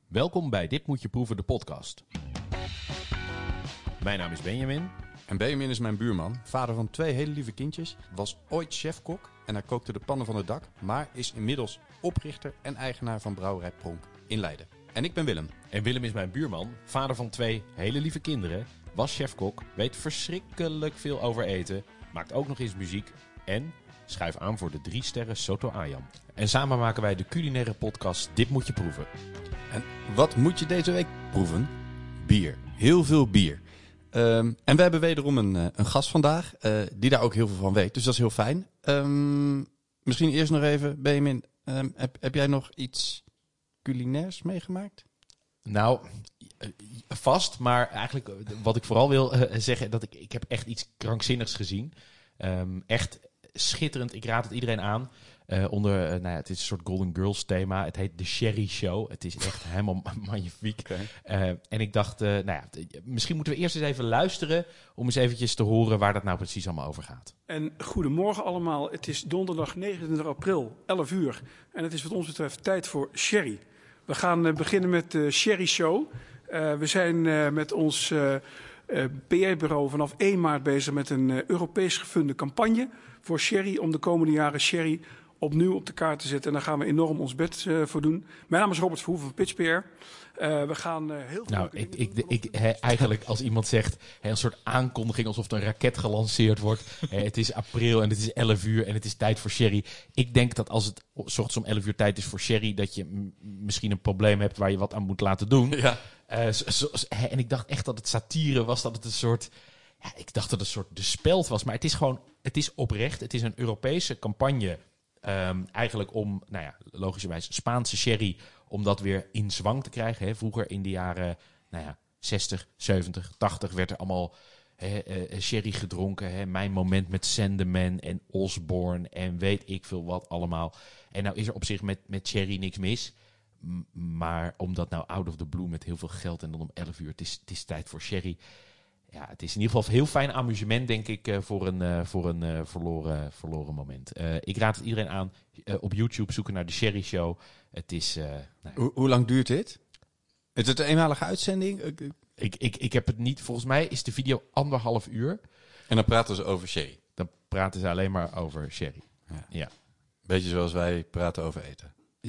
Welkom bij Dit Moet Je Proeven, de podcast. Mijn naam is Benjamin. En Benjamin is mijn buurman, vader van 2 hele lieve kindjes, was ooit chefkok en hij kookte de pannen van het dak, maar is inmiddels oprichter en eigenaar van Brouwerij Pronk in Leiden. En ik ben Willem. En Willem is mijn buurman, vader van 2 hele lieve kinderen, was chefkok, weet verschrikkelijk veel over eten, maakt ook nog eens muziek en schuift aan voor de 3 sterren Soto Ayam. En samen maken wij de culinaire podcast Dit Moet Je Proeven. En wat moet je deze week proeven? Bier. Heel veel bier. En we hebben wederom een gast vandaag die daar ook heel veel van weet. Dus dat is heel fijn. Misschien eerst nog even, Benjamin, heb jij nog iets culinairs meegemaakt? Nou, vast, maar eigenlijk wat ik vooral wil zeggen, dat ik heb echt iets krankzinnigs gezien. Echt schitterend, ik raad het iedereen aan. Het is een soort Golden Girls thema. Het heet The Sherry Show. Het is echt helemaal magnifiek. Okay. En ik dacht, misschien moeten we eerst eens even luisteren om eens eventjes te horen waar dat nou precies allemaal over gaat. En goedemorgen allemaal. Het is donderdag 29 april, 11 uur. En het is wat ons betreft tijd voor sherry. We gaan beginnen met de Sherry Show. We zijn met ons PR-bureau vanaf 1 maart bezig met een Europees gefunde campagne voor sherry. Om de komende jaren sherry opnieuw op de kaart te zetten. En daar gaan we enorm ons best voor doen. Mijn naam is Robert Verhoeven van Pitch PR. We gaan heel veel... Eigenlijk als iemand zegt, een soort aankondiging alsof er een raket gelanceerd wordt. Het is april en het is 11 uur en het is tijd voor sherry. Ik denk dat als het 's ochtends om 11 uur tijd is voor sherry, dat je misschien een probleem hebt waar je wat aan moet laten doen. Ja. En ik dacht echt dat het satire was, dat het een soort... Ja, ik dacht dat het een soort de speld was. Maar het is gewoon, het is oprecht. Het is een Europese campagne. Eigenlijk om, logischerwijs Spaanse sherry, om dat weer in zwang te krijgen. Hè. Vroeger in de jaren 60, 70, 80 werd er allemaal sherry gedronken. Hè. Mijn moment met Sandeman en Osborne en weet ik veel wat allemaal. En nou is er op zich met sherry niks mis. Maar omdat nou out of the blue met heel veel geld en dan om 11 uur, het is tijd voor sherry. Ja, het is in ieder geval heel fijn amusement, denk ik, voor een verloren moment. Ik raad het iedereen aan op YouTube zoeken naar de Sherry Show. Het is... Hoe lang duurt dit? Is het een eenmalige uitzending? Ik heb het niet... Volgens mij is de video 1,5 uur. En dan praten ze over sherry? Dan praten ze alleen maar over sherry. Ja. Beetje zoals wij praten over eten.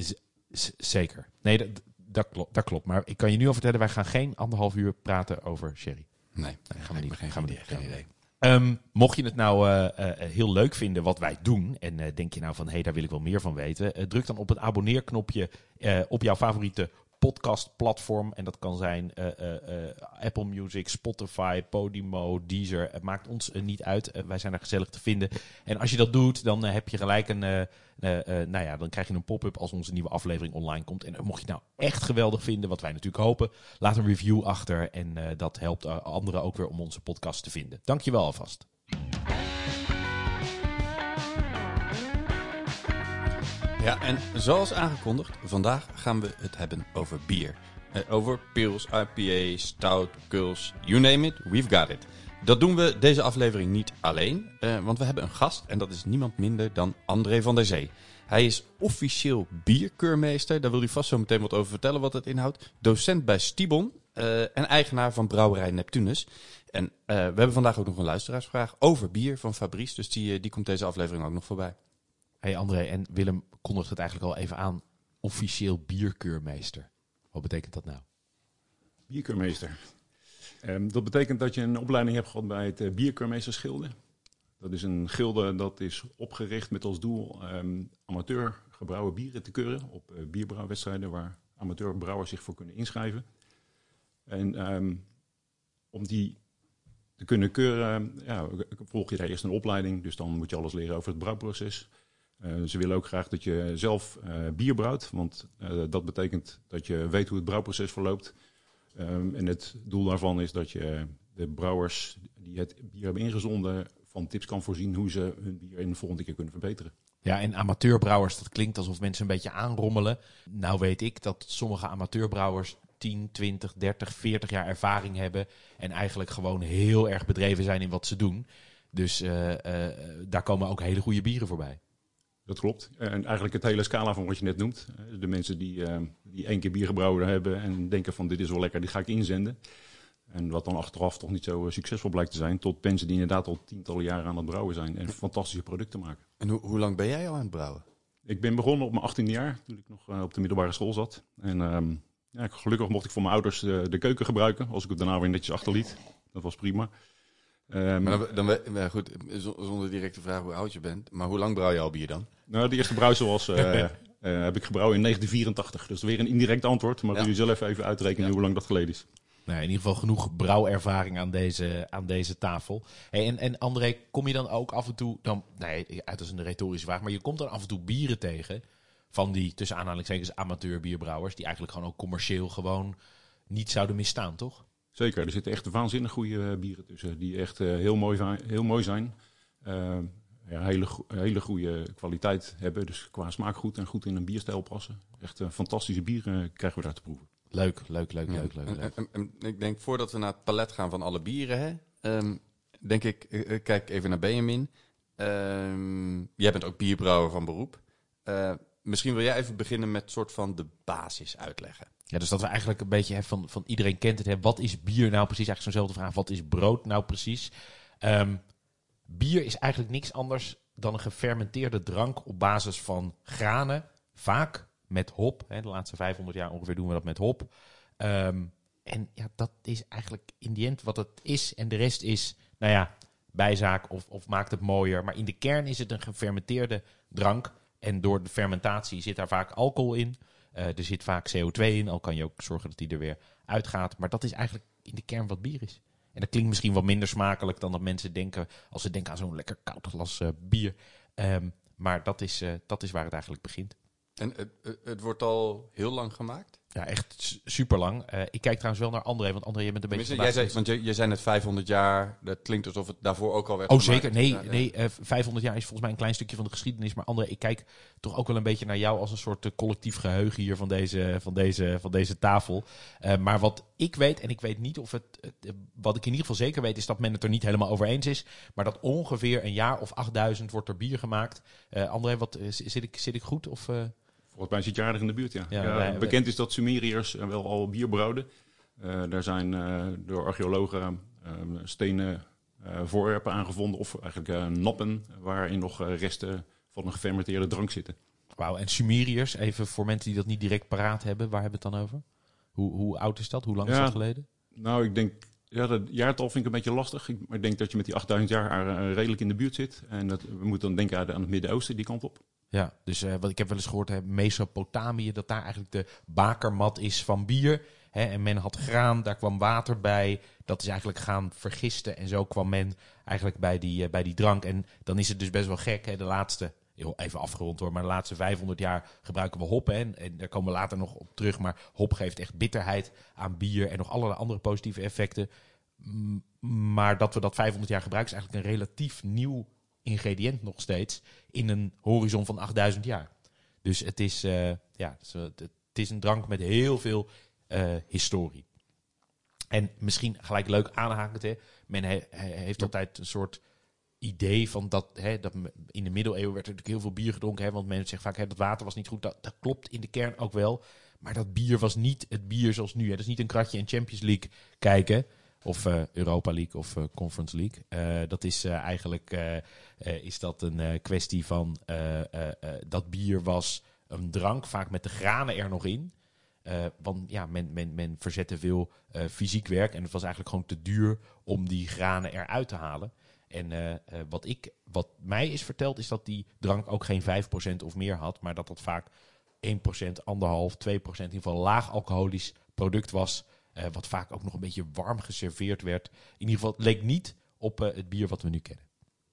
Zeker. Nee, dat klopt. Maar ik kan je nu al vertellen, wij gaan geen 1,5 uur praten over sherry. Nee, gaan we niet. Geen idee. Mocht je het nou heel leuk vinden wat wij doen en denk je nou van daar wil ik wel meer van weten, druk dan op het abonneerknopje op jouw favoriete podcastplatform. En dat kan zijn Apple Music, Spotify, Podimo, Deezer. Het maakt ons niet uit. Wij zijn er gezellig te vinden. En als je dat doet, dan heb je gelijk dan krijg je een pop-up als onze nieuwe aflevering online komt. En mocht je het nou echt geweldig vinden, wat wij natuurlijk hopen, laat een review achter. En dat helpt anderen ook weer om onze podcast te vinden. Dankjewel alvast. Ja, en zoals aangekondigd, vandaag gaan we het hebben over bier. Over pils, IPA, stout, kuls, you name it, we've got it. Dat doen we deze aflevering niet alleen, want we hebben een gast en dat is niemand minder dan André van der Zee. Hij is officieel bierkeurmeester, daar wil hij vast zo meteen wat over vertellen wat het inhoudt. Docent bij Stibon en eigenaar van Brouwerij Neptunus. En we hebben vandaag ook nog een luisteraarsvraag over bier van Fabrice, dus die komt deze aflevering ook nog voorbij. Hey André, en Willem kondigt het eigenlijk al even aan. Officieel bierkeurmeester. Wat betekent dat nou? Bierkeurmeester. Dat betekent dat je een opleiding hebt gehad bij het Bierkeurmeestersgilde. Dat is een gilde dat is opgericht met als doel amateur gebrouwen bieren te keuren op bierbrouwwedstrijden waar amateurbrouwers zich voor kunnen inschrijven. En om die te kunnen keuren, volg je daar eerst een opleiding. Dus dan moet je alles leren over het brouwproces. Ze willen ook graag dat je zelf bier brouwt, want dat betekent dat je weet hoe het brouwproces verloopt. En het doel daarvan is dat je de brouwers die het bier hebben ingezonden van tips kan voorzien hoe ze hun bier in de volgende keer kunnen verbeteren. Ja, en amateurbrouwers, dat klinkt alsof mensen een beetje aanrommelen. Nou weet ik dat sommige amateurbrouwers 10, 20, 30, 40 jaar ervaring hebben en eigenlijk gewoon heel erg bedreven zijn in wat ze doen. Dus daar komen ook hele goede bieren voorbij. Dat klopt. En eigenlijk het hele scala van wat je net noemt. De mensen die 1 keer bier gebrouwen hebben en denken van dit is wel lekker, die ga ik inzenden. En wat dan achteraf toch niet zo succesvol blijkt te zijn. Tot mensen die inderdaad al tientallen jaren aan het brouwen zijn en fantastische producten maken. En hoe lang ben jij al aan het brouwen? Ik ben begonnen op mijn 18e jaar, toen ik nog op de middelbare school zat. En gelukkig mocht ik voor mijn ouders de keuken gebruiken, als ik het daarna weer netjes achterliet. Dat was prima. Maar goed, zonder direct te vragen hoe oud je bent. Maar hoe lang brouw je al bier dan? Nou, de eerste brouwsel heb ik gebrouwen in 1984. Dus weer een indirect antwoord. Maar wil je zelf even uitrekenen hoe lang dat geleden is. Nou, in ieder geval genoeg brouwervaring aan deze tafel. Hey, en André, kom je dan ook af en toe... dat is een retorische vraag. Maar je komt dan af en toe bieren tegen... van die, tussen aanhalingstekens, amateur bierbrouwers... die eigenlijk gewoon ook commercieel gewoon niet zouden misstaan, toch? Zeker, er zitten echt waanzinnig goede bieren tussen. Die echt heel mooi zijn. Hele goede kwaliteit hebben. Dus qua smaak goed en goed in een bierstijl passen. Echt fantastische bieren krijgen we daar te proeven. Leuk. En ik denk, voordat we naar het palet gaan van alle bieren, denk ik, kijk even naar Benjamin. Jij bent ook bierbrouwer van beroep. Misschien wil jij even beginnen met soort van de basis uitleggen. Ja, dus dat we eigenlijk een beetje van iedereen kent het. Wat is bier nou precies? Eigenlijk zo'nzelfde vraag. Wat is brood nou precies? Bier is eigenlijk niks anders dan een gefermenteerde drank op basis van granen. Vaak met hop. Hè, de laatste 500 jaar ongeveer doen we dat met hop. En ja, dat is eigenlijk in die end wat het is. En de rest is, bijzaak of maakt het mooier. Maar in de kern is het een gefermenteerde drank. En door de fermentatie zit daar vaak alcohol in. Er zit vaak CO2 in, al kan je ook zorgen dat die er weer uitgaat. Maar dat is eigenlijk in de kern wat bier is. En dat klinkt misschien wat minder smakelijk dan dat mensen denken... als ze denken aan zo'n lekker koud glas bier. Maar dat is waar het eigenlijk begint. En het wordt al heel lang gemaakt? Ja, echt super lang. Ik kijk trouwens wel naar André, want André, je bent een beetje... Jij zei net 500 jaar, dat klinkt alsof het daarvoor ook al werd gemaakt. gemaakt. Zeker. Nee, 500 jaar is volgens mij een klein stukje van de geschiedenis. Maar André, ik kijk toch ook wel een beetje naar jou als een soort collectief geheugen hier van deze tafel. Maar wat ik weet, en ik weet niet of wat ik in ieder geval zeker weet, is dat men het er niet helemaal over eens is. Maar dat ongeveer een jaar of 8000 wordt er bier gemaakt. André, zit ik goed of... Volgens mij zit je aardig in de buurt, ja. Bekend is dat Sumeriërs wel al bier brouwden. Daar zijn door archeologen stenen voorwerpen aangevonden. Of eigenlijk nappen waarin nog resten van een gefermenteerde drank zitten. Wauw, en Sumeriërs, even voor mensen die dat niet direct paraat hebben. Waar hebben we het dan over? Hoe oud is dat? Hoe lang is dat geleden? Nou, ik denk... Ja, dat jaartal vind ik een beetje lastig. Maar ik denk dat je met die 8000 jaar redelijk in de buurt zit. En we moeten dan denken aan het Midden-Oosten, die kant op. Ja, dus wat ik heb wel eens gehoord, Mesopotamië, dat daar eigenlijk de bakermat is van bier. En men had graan, daar kwam water bij. Dat is eigenlijk gaan vergisten. En zo kwam men eigenlijk bij die drank. En dan is het dus best wel gek. De laatste, even afgerond hoor, maar de laatste 500 jaar gebruiken we hop. En daar komen we later nog op terug. Maar hop geeft echt bitterheid aan bier en nog allerlei andere positieve effecten. Maar dat we dat 500 jaar gebruiken is eigenlijk een relatief nieuw ingrediënt nog steeds in een horizon van 8000 jaar. Dus het is, het is een drank met heel veel historie. En misschien gelijk leuk aanhakend, hè. Men heeft altijd een soort idee van dat in de middeleeuwen werd er natuurlijk heel veel bier gedronken. Hè, want men zegt vaak dat water was niet goed. Dat klopt in de kern ook wel. Maar dat bier was niet het bier zoals nu. Hè. Dat is niet een kratje in Champions League kijken. Of Europa League of Conference League. Dat is eigenlijk is dat een kwestie van... dat bier was een drank, vaak met de granen er nog in. Want ja, men verzette veel fysiek werk. En het was eigenlijk gewoon te duur om die granen eruit te halen. En wat mij is verteld is dat die drank ook geen 5% of meer had. Maar dat vaak 1%, 1,5%, 2% in ieder geval laag alcoholisch product was... wat vaak ook nog een beetje warm geserveerd werd. In ieder geval, het leek niet op het bier wat we nu kennen.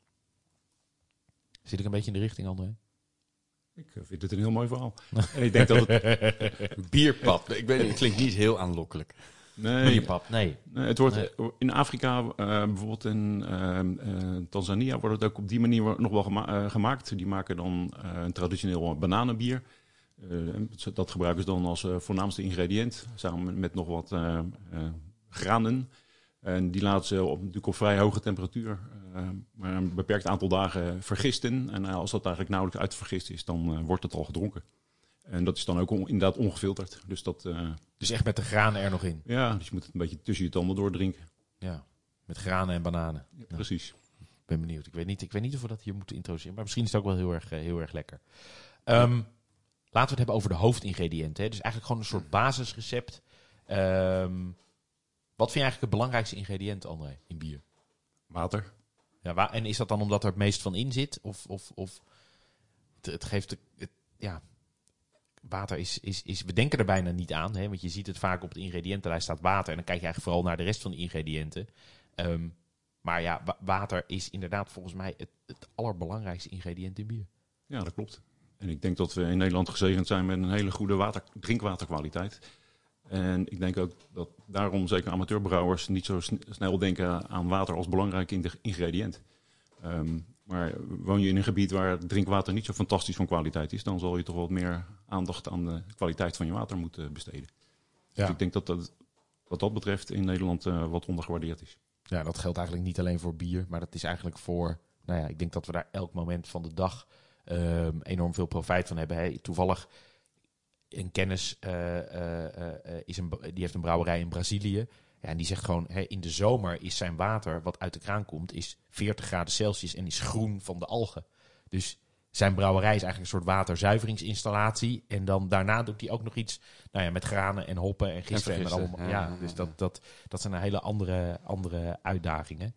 Zit ik een beetje in de richting, André? Ik vind het een heel mooi verhaal. En ik denk dat het... Bierpap. Ik weet niet, het klinkt niet heel aanlokkelijk. Nee. Bierpap, nee. Het wordt in Afrika, bijvoorbeeld in Tanzania, wordt het ook op die manier nog wel gemaakt. Die maken dan een traditioneel bananenbier. Dat gebruiken ze dan als voornaamste ingrediënt, samen met nog wat granen. En die laten ze natuurlijk op vrij hoge temperatuur, maar een beperkt aantal dagen vergisten. En als dat eigenlijk nauwelijks uitvergist is, dan wordt het al gedronken. En dat is dan ook inderdaad ongefilterd. Dus echt met de granen er nog in? Ja, dus je moet het een beetje tussen je tanden doordrinken. Ja, met granen en bananen. Ja, precies. Ik ben benieuwd. Ik weet niet of we dat hier moeten introduceren. Maar misschien is het ook wel heel erg lekker. Laten we het hebben over de hoofdingrediënten. Hè. Dus eigenlijk gewoon een soort basisrecept. Wat vind je eigenlijk het belangrijkste ingrediënt, André, in bier? Water. Ja, en is dat dan omdat er het meest van in zit? Of het geeft... Water is... We denken er bijna niet aan. Hè, want je ziet het vaak op het ingrediëntenlijst staat water. En dan kijk je eigenlijk vooral naar de rest van de ingrediënten. Maar ja, water is inderdaad volgens mij het allerbelangrijkste ingrediënt in bier. Ja, dat klopt. En ik denk dat we in Nederland gezegend zijn met een hele goede drinkwaterkwaliteit. En ik denk ook dat daarom zeker amateurbrouwers niet zo snel denken aan water als belangrijk ingrediënt. Maar woon je in een gebied waar het drinkwater niet zo fantastisch van kwaliteit is, dan zal je toch wat meer aandacht aan de kwaliteit van je water moeten besteden. Ja. Dus ik denk dat wat dat betreft in Nederland wat ondergewaardeerd is. Ja, dat geldt eigenlijk niet alleen voor bier, maar dat is eigenlijk voor... Nou ja, ik denk dat we daar elk moment van de dag enorm veel profijt van hebben. Hè. Toevallig een kennis die heeft een brouwerij in Brazilië. Ja, en die zegt gewoon, in de zomer is zijn water wat uit de kraan komt, is 40 graden Celsius en is groen van de algen. Dus zijn brouwerij is eigenlijk een soort waterzuiveringsinstallatie. En dan daarna doet hij ook nog iets met granen en hoppen en gisten. En allemaal, dus dat zijn een hele andere uitdagingen.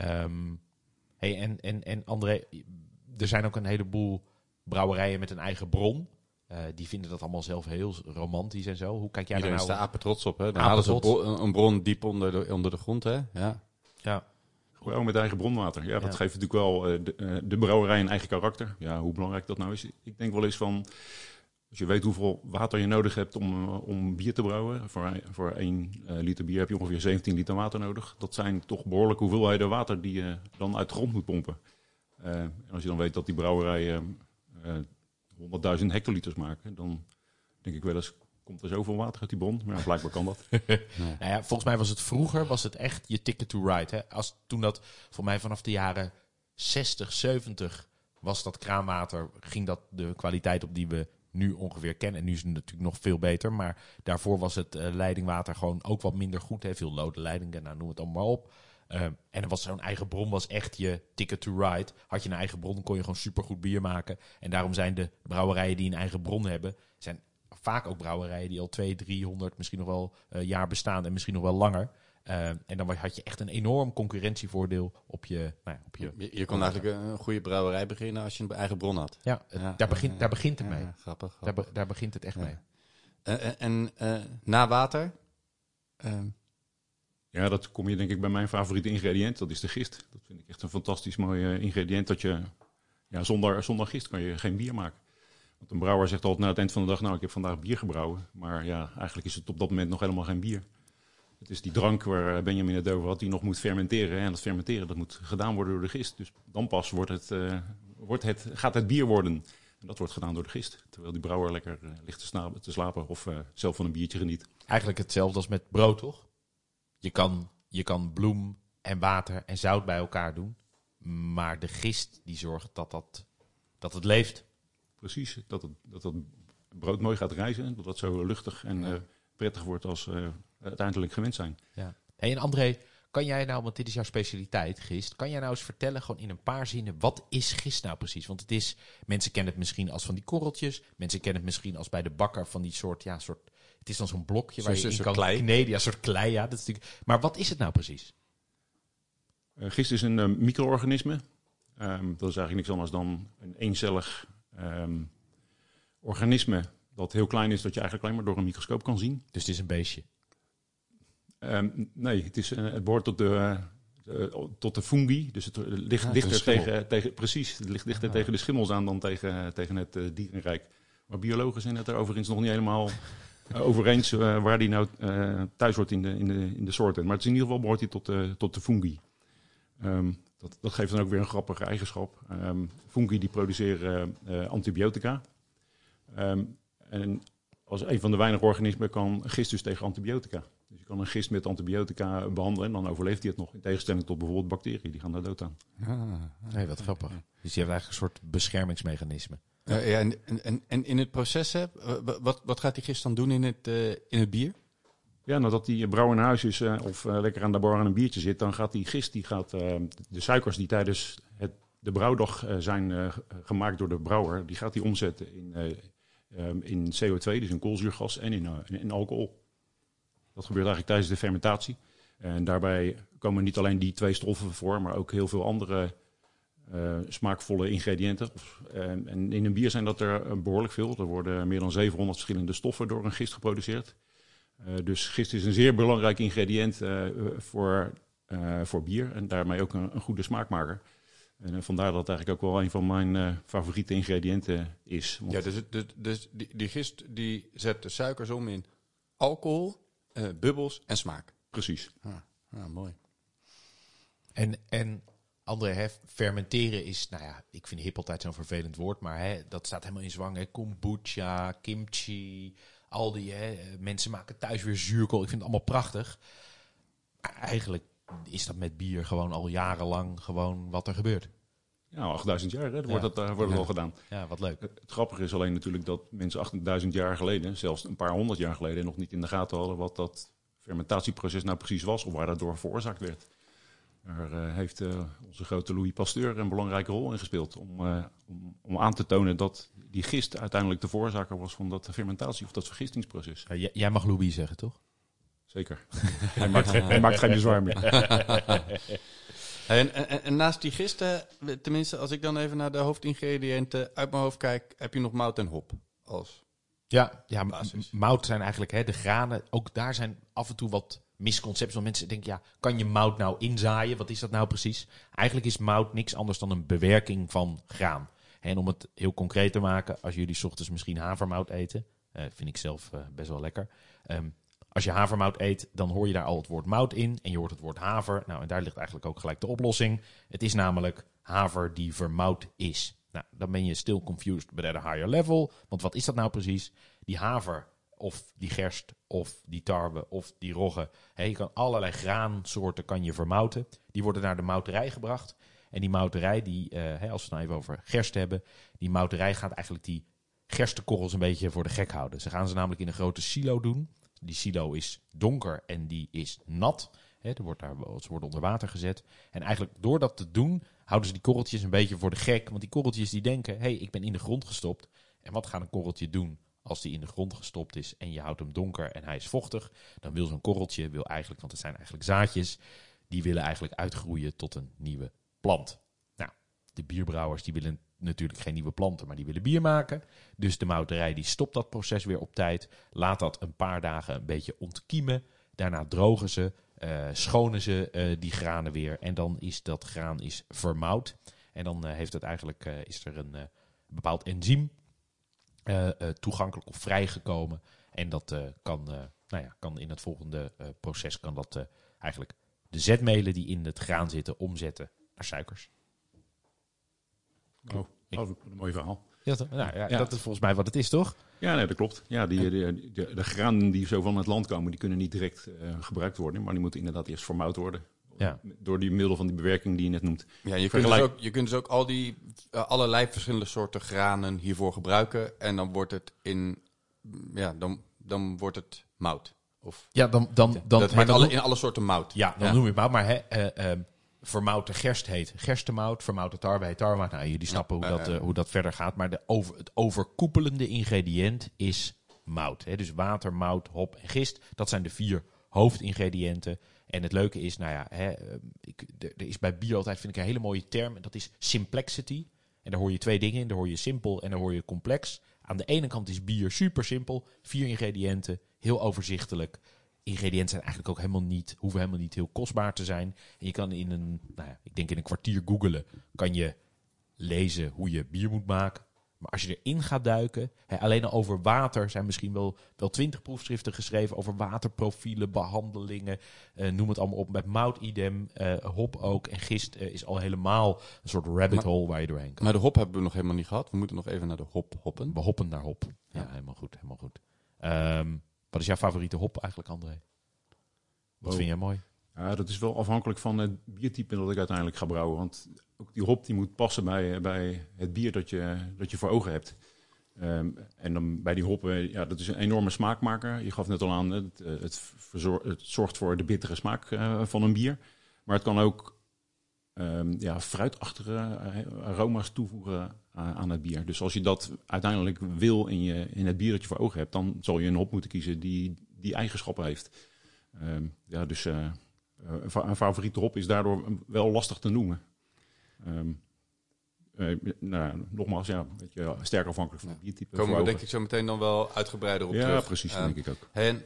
En André, er zijn ook een heleboel brouwerijen met een eigen bron. Die vinden dat allemaal zelf heel romantisch en zo. Hoe kijk jij daar nou? Iedereen is de apen trots op, hè? Dan halen ze een bron diep onder de grond, hè? Ja. Gewoon met eigen bronwater. Ja, dat geeft natuurlijk wel de brouwerij een eigen karakter. Ja, hoe belangrijk dat nou is. Ik denk wel eens van, als je weet hoeveel water je nodig hebt om bier te brouwen. Voor 1 liter bier heb je ongeveer 17 liter water nodig. Dat zijn toch behoorlijke hoeveelheden water die je dan uit de grond moet pompen. En als je dan weet dat die brouwerijen 100.000 hectoliters maken, dan denk ik wel eens, komt er zoveel water uit die bron? Maar ja, blijkbaar kan dat. Nou ja, volgens mij was het vroeger echt je ticket to ride. Hè? Toen dat, voor mij vanaf de jaren 60, 70 was dat kraanwater, ging dat de kwaliteit op die we nu ongeveer kennen. En nu is het natuurlijk nog veel beter. Maar daarvoor was het leidingwater gewoon ook wat minder goed. Hè? Veel lode leidingen, nou noem het allemaal op. En dan was zo'n eigen bron was echt je ticket to ride. Had je een eigen bron, kon je gewoon supergoed bier maken. En daarom zijn de brouwerijen die een eigen bron hebben, zijn vaak ook brouwerijen die al 200, 300, misschien nog wel jaar bestaan en misschien nog wel langer. En dan had je echt een enorm concurrentievoordeel op je... Je kon eigenlijk een goede brouwerij beginnen als je een eigen bron had. Ja, daar begint het mee. Grappig. Daar begint het echt mee. En na water? Ja, dat kom je denk ik bij mijn favoriete ingrediënt. Dat is de gist. Dat vind ik echt een fantastisch mooi ingrediënt. Dat je, zonder gist kan je geen bier maken. Want een brouwer zegt altijd na het eind van de dag, ik heb vandaag bier gebrouwen. Maar ja, eigenlijk is het op dat moment nog helemaal geen bier. Het is die drank waar Benjamin het over had, die nog moet fermenteren. En dat fermenteren, dat moet gedaan worden door de gist. Dus dan pas gaat het bier worden. En dat wordt gedaan door de gist. Terwijl die brouwer lekker ligt te slapen of zelf van een biertje geniet. Eigenlijk hetzelfde als met brood, toch? Je kan bloem en water en zout bij elkaar doen. Maar de gist die zorgt dat het leeft. Precies, dat het brood mooi gaat rijzen. Dat het zo luchtig en prettig wordt als we uiteindelijk gewend zijn. Ja. Hey, en André, kan jij nou, want dit is jouw specialiteit, gist. Kan jij nou eens vertellen, gewoon in een paar zinnen, wat is gist nou precies? Want mensen kennen het misschien als van die korreltjes. Mensen kennen het misschien als bij de bakker van die soort. Het is dan zo'n blokje waar je in kan kneden. Ja, een soort klei, ja. Dat is natuurlijk... Maar wat is het nou precies? Gist is een micro-organisme. Dat is eigenlijk niks anders dan een eencellig organisme dat heel klein is, dat je eigenlijk alleen maar door een microscoop kan zien. Dus het is een beestje? Nee, het behoort tot de fungi. Dus het ligt dichter tegen de schimmels aan dan tegen het dierenrijk. Maar biologen zijn het er overigens nog niet helemaal over eens waar die nou thuis wordt in de soorten. Maar het is in ieder geval behoort hij tot de fungi. Dat geeft dan ook weer een grappige eigenschap. Fungi die produceren antibiotica. En als een van de weinige organismen kan gist dus tegen antibiotica. Dus je kan een gist met antibiotica behandelen en dan overleeft hij het nog. In tegenstelling tot bijvoorbeeld bacteriën, die gaan daar dood aan. Nee, wat grappig. Dus je hebt eigenlijk een soort beschermingsmechanisme. En in het proces, wat gaat die gist dan doen in het bier? Ja, nadat die brouwer in huis is of lekker aan de bar aan een biertje zit, dan gaat die gist, de suikers die tijdens de brouwdag zijn gemaakt door de brouwer, die gaat hij omzetten in CO2, dus in koolzuurgas en in alcohol. Dat gebeurt eigenlijk tijdens de fermentatie. En daarbij komen niet alleen die 2 stoffen voor, maar ook heel veel andere smaakvolle ingrediënten. En in een bier zijn dat er behoorlijk veel. Er worden meer dan 700 verschillende stoffen door een gist geproduceerd. Dus gist is een zeer belangrijk ingrediënt voor bier en daarmee ook een goede smaakmaker. En vandaar dat het eigenlijk ook wel een van mijn favoriete ingrediënten is. Ja, dus die gist die zet de suikers om in alcohol, bubbels en smaak. Precies. Mooi. En André, fermenteren is, nou ja, ik vind hip altijd zo'n vervelend woord, maar dat staat helemaal in zwang. Hè. Kombucha, kimchi, al die mensen maken thuis weer zuurkool. Ik vind het allemaal prachtig. Maar eigenlijk is dat met bier gewoon al jarenlang gewoon wat er gebeurt. Ja, 8000 jaar wordt het al gedaan. Ja, wat leuk. Het grappige is alleen natuurlijk dat mensen 8000 jaar geleden, zelfs een paar 100 jaar geleden, nog niet in de gaten hadden wat dat fermentatieproces nou precies was of waar dat door veroorzaakt werd. Daar heeft onze grote Louis Pasteur een belangrijke rol in gespeeld om aan te tonen dat die gist uiteindelijk de veroorzaker was van dat fermentatie of dat vergistingsproces. Jij mag Louis zeggen, toch? Zeker. Hij maakt geen bezwaar meer. En naast die gisten, tenminste als ik dan even naar de hoofdingrediënten uit mijn hoofd kijk, heb je nog mout en hop als Ja, basis. mout zijn eigenlijk de granen. Ook daar zijn af en toe wat misconcepties. Want mensen denken, ja, kan je mout nou inzaaien? Wat is dat nou precies? Eigenlijk is mout niks anders dan een bewerking van graan. En om het heel concreet te maken, als jullie 's ochtends misschien havermout eten, vind ik zelf best wel lekker. Als je havermout eet, dan hoor je daar al het woord mout in en je hoort het woord haver. Nou, en daar ligt eigenlijk ook gelijk de oplossing. Het is namelijk haver die vermout is. Nou, dan ben je still confused but at a higher level. Want wat is dat nou precies? Die haver of die gerst of die tarwe of die rogge. Je kan allerlei graansoorten kan je vermouten. Die worden naar de mouterij gebracht. En die mouterij, als we het nou even over gerst hebben, die mouterij gaat eigenlijk die gerstenkorrels een beetje voor de gek houden. Ze gaan ze namelijk in een grote silo doen. Die silo is donker en die is nat. Ze worden onder water gezet. En eigenlijk door dat te doen, houden ze die korreltjes een beetje voor de gek. Want die korreltjes die denken, ik ben in de grond gestopt. En wat gaat een korreltje doen als die in de grond gestopt is en je houdt hem donker en hij is vochtig? Dan wil zo'n korreltje, want het zijn eigenlijk zaadjes, die willen eigenlijk uitgroeien tot een nieuwe plant. Nou, de bierbrouwers die willen natuurlijk geen nieuwe planten, maar die willen bier maken. Dus de mouterij die stopt dat proces weer op tijd. Laat dat een paar dagen een beetje ontkiemen. Daarna drogen ze, schonen ze die granen weer. En dan is dat graan vermout. En dan heeft het eigenlijk, is er een bepaald enzym toegankelijk of vrijgekomen. En dat kan in het volgende proces kan dat eigenlijk de zetmelen die in het graan zitten omzetten naar suikers. Wat een mooi verhaal. Ja, dat is volgens mij wat het is, toch? Ja, nee, dat klopt. Ja, de granen die zo van het land komen, die kunnen niet direct gebruikt worden. Maar die moeten inderdaad eerst vermout worden. Ja. Door die middel van die bewerking die je net noemt. Ja, je kunt dus ook al die allerlei verschillende soorten granen hiervoor gebruiken. En dan wordt het dan wordt het mout. Of, ja, in alle soorten mout. Ja, dan noem je het mout. Maar vermouten gerst heet gerstemout. Vermouten tarwe heet tarwemout. Nou, jullie snappen hoe dat verder gaat. Maar het overkoepelende ingrediënt is mout. Dus water, mout, hop en gist. Dat zijn de 4 hoofdingrediënten. En het leuke is, er is bij bier altijd, vind ik, een hele mooie term. En dat is simplexity. En daar hoor je 2 dingen in. Daar hoor je simpel en daar hoor je complex. Aan de ene kant is bier super simpel. 4 ingrediënten, heel overzichtelijk. Ingrediënten zijn eigenlijk ook hoeven helemaal niet heel kostbaar te zijn. En je kan in een kwartier googelen, kan je lezen hoe je bier moet maken. Maar als je erin gaat duiken, alleen al over water zijn misschien wel 20 proefschriften geschreven over waterprofielen, behandelingen, noem het allemaal op. Met mout idem, hop ook en gist is al helemaal een soort rabbit hole waar je doorheen kan. Maar de hop hebben we nog helemaal niet gehad. We moeten nog even naar de hop hoppen. We hoppen naar hop. Ja, helemaal goed. Wat is jouw favoriete hop eigenlijk, André? Wat vind jij mooi? Ja, dat is wel afhankelijk van het biertype dat ik uiteindelijk ga brouwen. Want ook die hop die moet passen bij het bier dat je voor ogen hebt. En dan bij die hop, dat is een enorme smaakmaker. Je gaf net al aan, het zorgt voor de bittere smaak van een bier. Maar het kan ook fruitachtige aroma's toevoegen aan het bier. Dus als je dat uiteindelijk wil in het bier dat je voor ogen hebt, dan zal je een hop moeten kiezen die eigenschappen heeft. Een favoriete hop is daardoor wel lastig te noemen. Nogmaals, sterk afhankelijk van het biertype. Komen we denk ik zo meteen dan wel uitgebreider op terug. Ja, precies, denk ik ook. En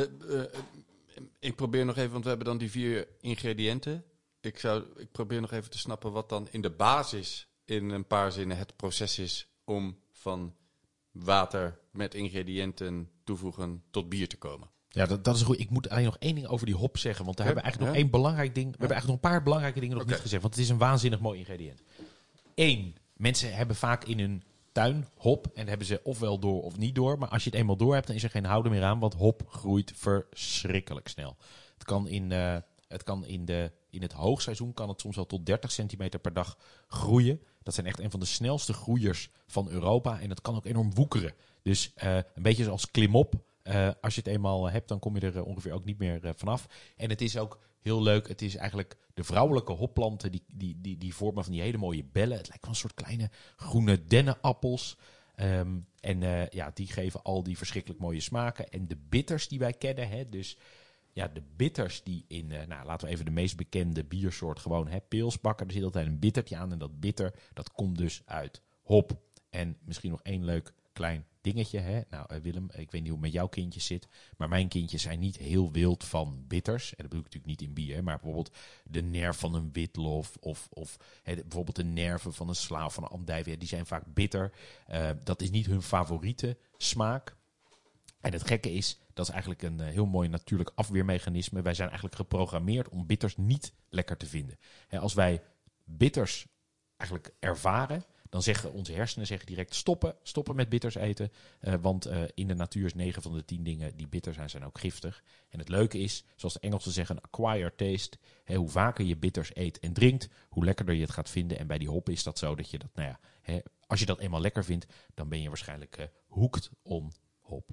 ik probeer nog even, want we hebben dan die 4 ingrediënten. Ik probeer nog even te snappen wat dan in de basis in een paar zinnen het proces is om van water met ingrediënten toevoegen tot bier te komen. Ja, dat is goed. Ik moet alleen nog één ding over die hop zeggen. Want daar hebben we eigenlijk nog één belangrijk ding. We hebben eigenlijk nog een paar belangrijke dingen nog niet gezegd. Want het is een waanzinnig mooi ingrediënt. 1. Mensen hebben vaak in hun tuin hop. En hebben ze ofwel door of niet door. Maar als je het eenmaal door hebt, dan is er geen houden meer aan. Want hop groeit verschrikkelijk snel. Het kan in het hoogseizoen kan het soms wel tot 30 centimeter per dag groeien. Dat zijn echt een van de snelste groeiers van Europa. En dat kan ook enorm woekeren. Dus een beetje zoals klimop. Als je het eenmaal hebt, dan kom je er ongeveer ook niet meer vanaf. En het is ook heel leuk. Het is eigenlijk de vrouwelijke hopplanten die vormen van die hele mooie bellen. Het lijkt wel een soort kleine groene dennenappels. Die geven al die verschrikkelijk mooie smaken. En de bitters die wij kennen, hè, dus ja, de bitters die in, laten we even de meest bekende biersoort gewoon, pils bakken. Er zit altijd een bittertje aan en dat bitter, dat komt dus uit hop. En misschien nog één leuk klein dingetje. Hè? Nou, Willem, ik weet niet hoe het met jouw kindjes zit, maar mijn kindjes zijn niet heel wild van bitters. En dat bedoel ik natuurlijk niet in bier, maar bijvoorbeeld de nerf van een witlof of bijvoorbeeld de nerven van een sla of van een andijvie, die zijn vaak bitter. Dat is niet hun favoriete smaak. En het gekke is, dat is eigenlijk een heel mooi natuurlijk afweermechanisme. Wij zijn eigenlijk geprogrammeerd om bitters niet lekker te vinden. Als wij bitters eigenlijk ervaren, dan zeggen onze hersenen direct stoppen met bitters eten. Want in de natuur is 9 van de 10 dingen die bitter zijn ook giftig. En het leuke is, zoals de Engelsen zeggen, acquired taste. Hoe vaker je bitters eet en drinkt, hoe lekkerder je het gaat vinden. En bij die hop is dat zo dat je dat, als je dat eenmaal lekker vindt, dan ben je waarschijnlijk hooked on hop.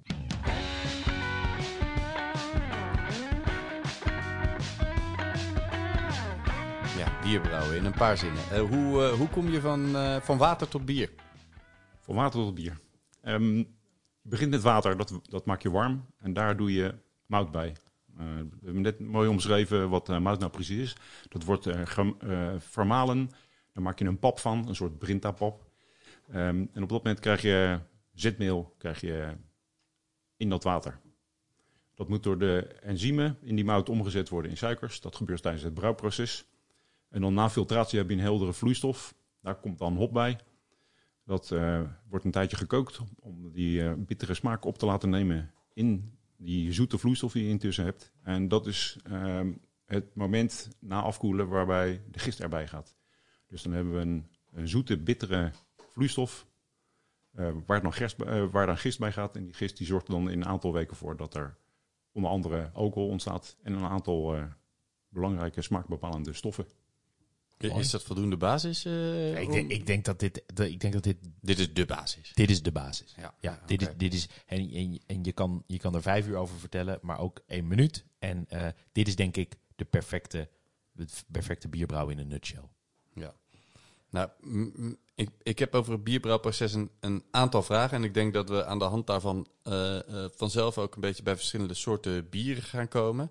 Ja, bier brouwen in een paar zinnen. Hoe kom je van water tot bier? Van water tot bier. Je begint met water, dat maak je warm. En daar doe je mout bij. We hebben net mooi omschreven wat mout nou precies is. Dat wordt vermalen. Daar maak je een pap van, een soort Brinta-pap. En op dat moment krijg je zetmeel in dat water. Dat moet door de enzymen in die mout omgezet worden in suikers. Dat gebeurt tijdens het brouwproces. En dan na filtratie heb je een heldere vloeistof. Daar komt dan hop bij. Dat wordt een tijdje gekookt om die bittere smaak op te laten nemen in die zoete vloeistof die je intussen hebt. En dat is het moment na afkoelen waarbij de gist erbij gaat. Dus dan hebben we een zoete, bittere vloeistof waar dan gist bij gaat. En die gist die zorgt er dan in een aantal weken voor dat er onder andere alcohol ontstaat en een aantal belangrijke smaakbepalende stoffen. Is dat voldoende basis? Ik denk dat dit... Dit is de basis. Dit is de basis. Ja, dit is en je kan er 5 uur over vertellen, maar ook 1 minuut. En dit is denk ik het perfecte bierbrouwen in een nutshell. Ja. Nou, ik heb over het bierbrouwproces een aantal vragen. En ik denk dat we aan de hand daarvan vanzelf ook een beetje bij verschillende soorten bieren gaan komen.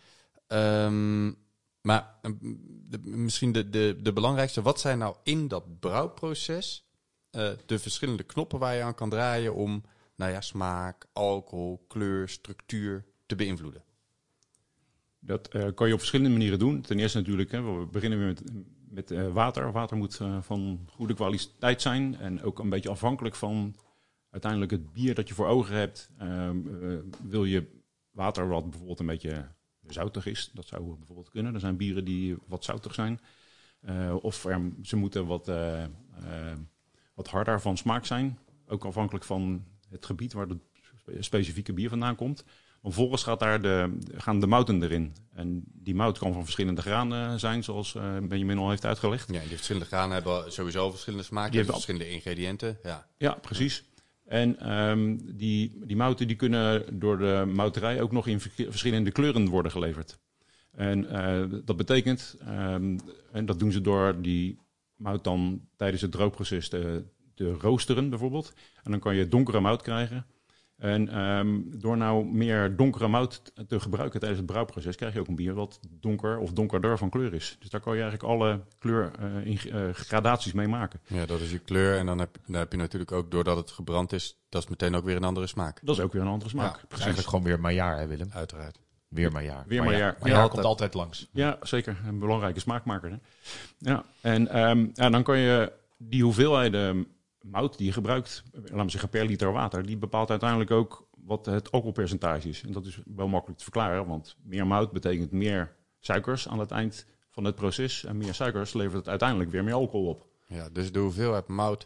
Maar misschien de belangrijkste. Wat zijn nou in dat brouwproces de verschillende knoppen waar je aan kan draaien om smaak, alcohol, kleur, structuur te beïnvloeden? Dat kan je op verschillende manieren doen. Ten eerste natuurlijk, we beginnen weer met water. Water moet van goede kwaliteit zijn en ook een beetje afhankelijk van uiteindelijk het bier dat je voor ogen hebt. Wil je water wat bijvoorbeeld een beetje zoutig is, dat zou bijvoorbeeld kunnen. Er zijn bieren die wat zoutig zijn. Ze moeten wat harder van smaak zijn. Ook afhankelijk van het gebied waar het specifieke bier vandaan komt. Vervolgens gaan de mouten erin. En die mout kan van verschillende granen zijn, zoals Benjamin al heeft uitgelegd. Ja, die verschillende granen hebben sowieso verschillende smaken, verschillende ingrediënten. Ja, precies. En die mouten die kunnen door de mouterij ook nog in verschillende kleuren worden geleverd. En dat betekent, en dat doen ze door die mout dan tijdens het droogproces te roosteren bijvoorbeeld. En dan kan je donkere mout krijgen. En door nou meer donkere mout te gebruiken tijdens het brouwproces, krijg je ook een bier wat donker of donkerder van kleur is. Dus daar kan je eigenlijk alle gradaties mee maken. Ja, dat is je kleur. En dan heb je natuurlijk ook, doordat het gebrand is, dat is meteen ook weer een andere smaak. Dat is ook weer een andere smaak. Ja, precies. Eigenlijk gewoon weer Maillard, hè Willem? Uiteraard. Weer Maillard. Weer Maillard. Maillard komt altijd langs. Ja, zeker. Een belangrijke smaakmaker. Hè? Ja, en dan kan je die hoeveelheden mout die je gebruikt, laten we zeggen per liter water, die bepaalt uiteindelijk ook wat het alcoholpercentage is. En dat is wel makkelijk te verklaren, want meer mout betekent meer suikers aan het eind van het proces. En meer suikers levert het uiteindelijk weer meer alcohol op. Ja, dus de hoeveelheid mout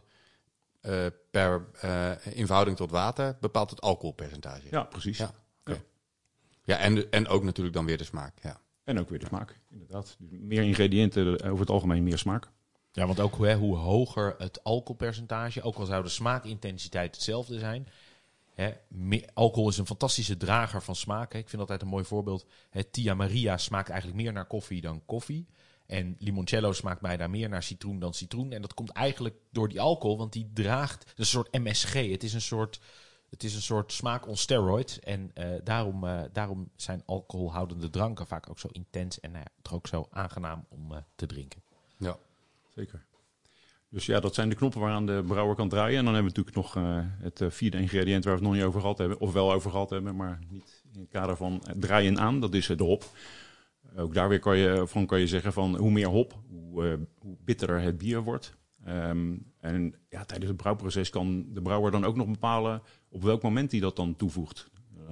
in verhouding tot water bepaalt het alcoholpercentage. Ja, precies. Ja, okay. Ja, en ook natuurlijk dan weer de smaak. Ja. En ook weer de smaak, inderdaad. Dus meer ingrediënten, over het algemeen meer smaak. Ja, want ook hoe hoger het alcoholpercentage, ook al zou de smaakintensiteit hetzelfde zijn. Alcohol is een fantastische drager van smaak. Ik vind altijd een mooi voorbeeld. Tia Maria smaakt eigenlijk meer naar koffie dan koffie. En limoncello smaakt mij daar meer naar citroen dan citroen. En dat komt eigenlijk door die alcohol, want die draagt een soort MSG. Het is een soort smaak on steroids. En daarom zijn alcoholhoudende dranken vaak ook zo intens en het ook zo aangenaam om te drinken. Ja. Zeker. Dus ja, dat zijn de knoppen waaraan de brouwer kan draaien. En dan hebben we natuurlijk nog het vierde ingrediënt waar we het nog niet over gehad hebben. Of wel over gehad hebben, maar niet in het kader van draaien aan. Dat is de hop. Ook daar weer kan je zeggen van hoe meer hop, hoe bitterder het bier wordt. En ja, tijdens het brouwproces kan de brouwer dan ook nog bepalen op welk moment hij dat dan toevoegt.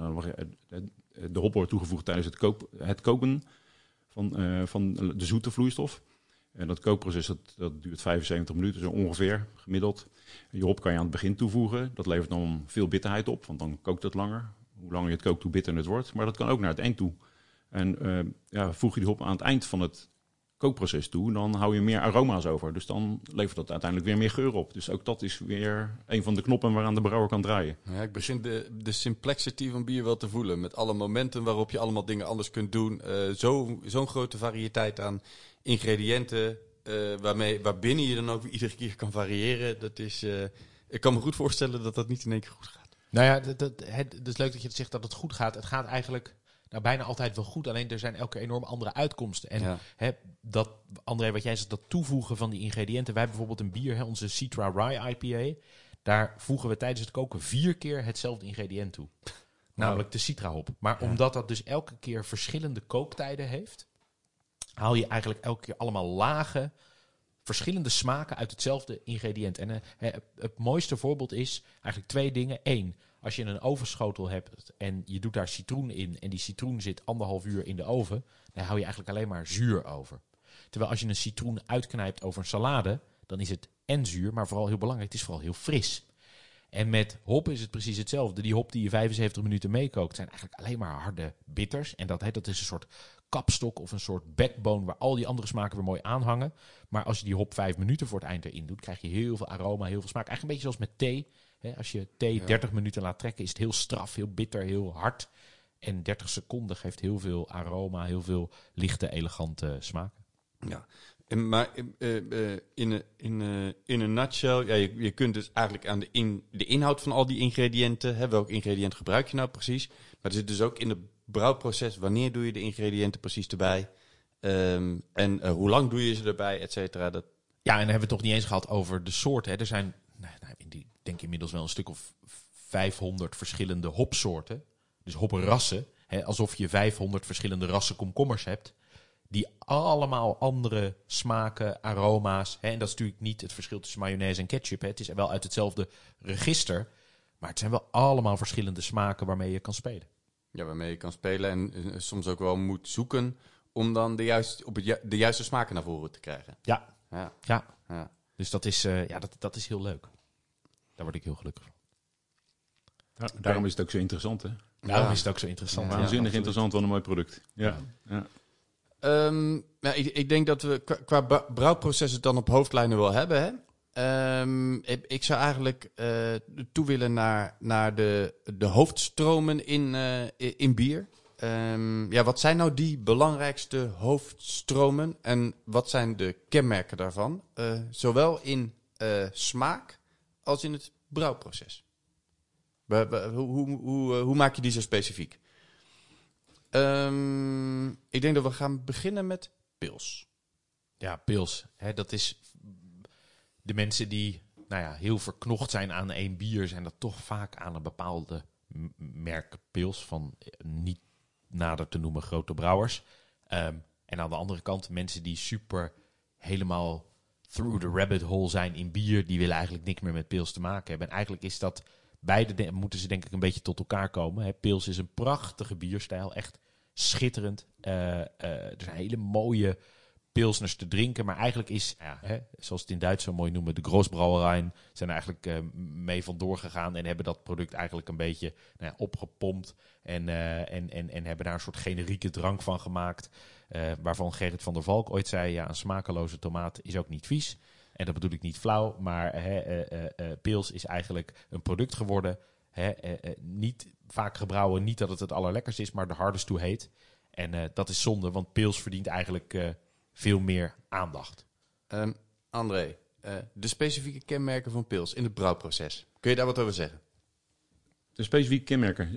De hop wordt toegevoegd tijdens het koken van de zoete vloeistof. En dat kookproces dat duurt 75 minuten, zo ongeveer, gemiddeld. Je hop kan je aan het begin toevoegen. Dat levert dan veel bitterheid op, want dan kookt het langer. Hoe langer je het kookt, hoe bitterder het wordt. Maar dat kan ook naar het eind toe. En voeg je die hop aan het eind van het kookproces toe, dan hou je meer aroma's over. Dus dan levert dat uiteindelijk weer meer geur op. Dus ook dat is weer een van de knoppen waaraan de brouwer kan draaien. Ja, ik begin de complexity van bier wel te voelen. Met alle momenten waarop je allemaal dingen anders kunt doen. Zo'n grote variëteit aan ingrediënten, waarbinnen je dan ook iedere keer kan variëren. Dat is, ik kan me goed voorstellen dat dat niet in één keer goed gaat. Nou ja, het is leuk dat je zegt dat het goed gaat. Het gaat eigenlijk bijna altijd wel goed. Alleen er zijn elke keer enorm andere uitkomsten. En dat, André, wat jij zegt, dat toevoegen van die ingrediënten. Wij hebben bijvoorbeeld een bier, onze Citra Rye IPA. Daar voegen we tijdens het koken 4 keer hetzelfde ingrediënt toe. Namelijk de Citra hop. Maar omdat dat dus elke keer verschillende kooktijden heeft, haal je eigenlijk elke keer allemaal lage, verschillende smaken uit hetzelfde ingrediënt. En het mooiste voorbeeld is eigenlijk 2 dingen. 1, als je een ovenschotel hebt en je doet daar citroen in en die citroen zit 1,5 uur in de oven, dan hou je eigenlijk alleen maar zuur over. Terwijl als je een citroen uitknijpt over een salade, dan is het en zuur, maar vooral heel belangrijk, het is vooral heel fris. En met hop is het precies hetzelfde. Die hop die je 75 minuten meekookt zijn eigenlijk alleen maar harde bitters. En dat is een soort kapstok of een soort backbone waar al die andere smaken weer mooi aanhangen. Maar als je die hop 5 minuten voor het eind erin doet, krijg je heel veel aroma, heel veel smaak. Eigenlijk een beetje zoals met thee. Als je thee 30 minuten laat trekken, is het heel straf, heel bitter, heel hard. En 30 seconden geeft heel veel aroma, heel veel lichte, elegante smaken. Ja, maar in een nutshell, ja, je kunt dus eigenlijk aan de inhoud van al die ingrediënten, welk ingrediënt gebruik je nou precies, maar er zit dus ook in het brouwproces, wanneer doe je de ingrediënten precies erbij, en hoe lang doe je ze erbij, et cetera. Ja, en dan hebben we het toch niet eens gehad over de soorten. Er zijn, ik denk inmiddels wel een stuk of 500 verschillende hopsoorten, dus hoppenrassen, alsof je 500 verschillende rassen komkommers hebt, die allemaal andere smaken, aroma's. En dat is natuurlijk niet het verschil tussen mayonaise en ketchup. Het is wel uit hetzelfde register. Maar het zijn wel allemaal verschillende smaken waarmee je kan spelen. Ja, waarmee je kan spelen en soms ook wel moet zoeken om dan de juiste smaken naar voren te krijgen. Ja. Dus dat is heel leuk. Daar word ik heel gelukkig van. Daarom is het ook zo interessant, hè? Daarom is het ook zo interessant. Ja, Waanzinnig absoluut. interessant, wat een mooi product. Ja. Ik denk dat we qua brouwproces het dan op hoofdlijnen wel hebben. Hè? Ik zou eigenlijk toe willen naar de hoofdstromen in bier. Wat zijn nou die belangrijkste hoofdstromen en wat zijn de kenmerken daarvan? Zowel in smaak als in het brouwproces. Hoe maak je die zo specifiek? Ik denk dat we gaan beginnen met pils. Ja, pils. Hè, dat is de mensen die heel verknocht zijn aan één bier, zijn dat toch vaak aan een bepaalde merk pils van niet nader te noemen grote brouwers. En aan de andere kant mensen die super helemaal through the rabbit hole zijn in bier, die willen eigenlijk niks meer met pils te maken hebben. En eigenlijk is dat beide moeten ze denk ik een beetje tot elkaar komen. Hè. Pils is een prachtige bierstijl, echt schitterend. Er zijn hele mooie pilsners te drinken, maar eigenlijk is, zoals ze het in Duits zo mooi noemen, de Großbrauereien zijn er eigenlijk mee vandoor gegaan en hebben dat product eigenlijk een beetje opgepompt en hebben daar een soort generieke drank van gemaakt, waarvan Gerrit van der Valk ooit zei, ja, een smakeloze tomaat is ook niet vies. En dat bedoel ik niet flauw, maar pils is eigenlijk een product geworden. Niet vaak gebrouwen, niet dat het allerlekkerst is, maar de hardest to hate. En dat is zonde, want pils verdient eigenlijk veel meer aandacht. André, de specifieke kenmerken van pils in het brouwproces. Kun je daar wat over zeggen? De specifieke kenmerken.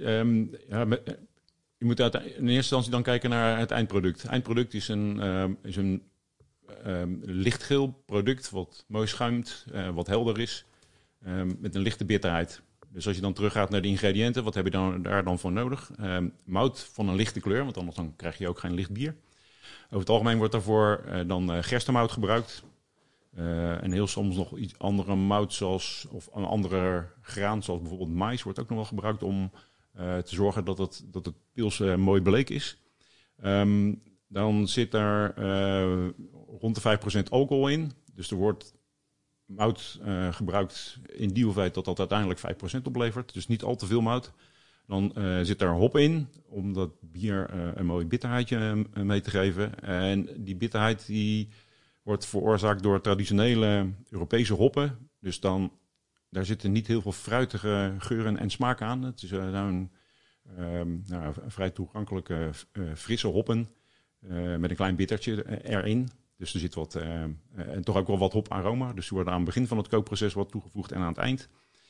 Je moet in eerste instantie dan kijken naar het eindproduct. Het eindproduct is een lichtgeel product wat mooi schuimt, wat helder is, met een lichte bitterheid. Dus als je dan teruggaat naar de ingrediënten, wat heb je daar dan voor nodig? Mout van een lichte kleur, want anders dan krijg je ook geen licht bier. Over het algemeen wordt daarvoor dan gerstemout gebruikt. En heel soms nog iets andere mout of een andere graan, zoals bijvoorbeeld mais, wordt ook nog wel gebruikt om te zorgen dat het pils mooi bleek is. Dan zit daar rond de 5% alcohol in. Dus er wordt mout gebruikt in die hoeveelheid dat uiteindelijk 5% oplevert. Dus niet al te veel mout. Dan zit daar hop in, om dat bier een mooi bitterheidje mee te geven. En die bitterheid die wordt veroorzaakt door traditionele Europese hoppen. Dus daar zitten niet heel veel fruitige geuren en smaken aan. Het is een vrij toegankelijke frisse hoppen met een klein bittertje erin. Dus er zit wat en toch ook wel wat hoparoma. Dus die worden aan het begin van het kookproces wat toegevoegd en aan het eind.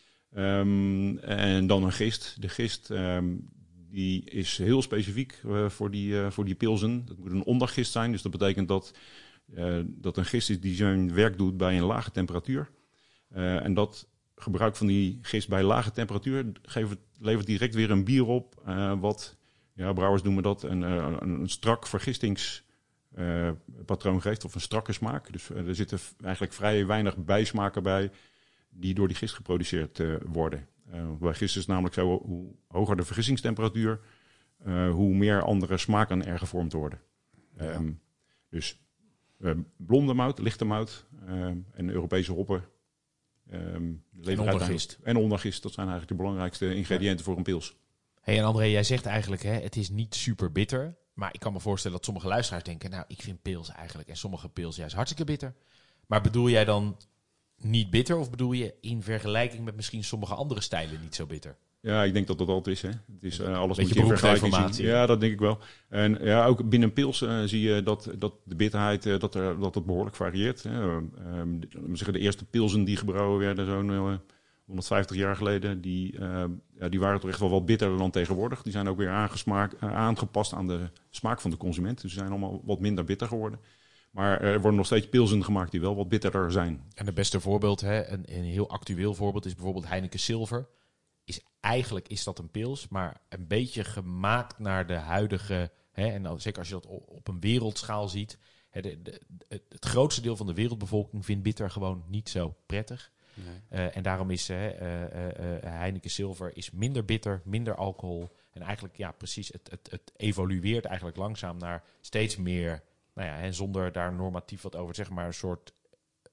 En dan een gist. De gist die is heel specifiek voor die pilsen. Dat moet een ondergist zijn. Dus dat betekent dat een gist is die zijn werk doet bij een lage temperatuur. En dat gebruik van die gist bij lage temperatuur levert direct weer een bier op. Wat, brouwers noemen dat een strak vergistingspatroon geeft. Of een strakke smaak. Dus er zitten eigenlijk vrij weinig bijsmaken bij die door die gist geproduceerd worden. Bij gist is het namelijk zo, hoe hoger de vergistingstemperatuur, hoe meer andere smaken er gevormd worden. Dus blonde mout, lichte mout en Europese hoppen. En ondergist. En ondergist, dat zijn eigenlijk de belangrijkste ingrediënten voor een pils. Hey, en André, jij zegt eigenlijk, het is niet super bitter. Maar ik kan me voorstellen dat sommige luisteraars denken, nou, ik vind pils eigenlijk, en sommige pils juist hartstikke bitter. Maar bedoel jij dan niet bitter, of bedoel je in vergelijking met misschien sommige andere stijlen niet zo bitter? Ja, ik denk dat dat altijd is. Hè. Het is alles beetje moet je in vergelijking zien. informatie. Ja, dat denk ik wel. En ook binnen pils zie je dat de bitterheid dat het behoorlijk varieert. Hè. De eerste pilsen die gebrouwen werden zo'n 150 jaar geleden, die waren toch echt wel wat bitterder dan tegenwoordig. Die zijn ook weer aangepast aan de smaak van de consument. Dus ze zijn allemaal wat minder bitter geworden. Maar er worden nog steeds pilsen gemaakt die wel wat bitterder zijn. En het beste voorbeeld, een heel actueel voorbeeld, is bijvoorbeeld Heineken Silver. Eigenlijk is dat een pils, maar een beetje gemaakt naar de huidige, en dan, zeker als je dat op een wereldschaal ziet. Het grootste deel van de wereldbevolking vindt bitter gewoon niet zo prettig. Nee. En daarom is Heineken Silver is minder bitter, minder alcohol. En eigenlijk, precies, het evolueert eigenlijk langzaam naar steeds meer, zonder daar normatief wat over te zeggen, maar een soort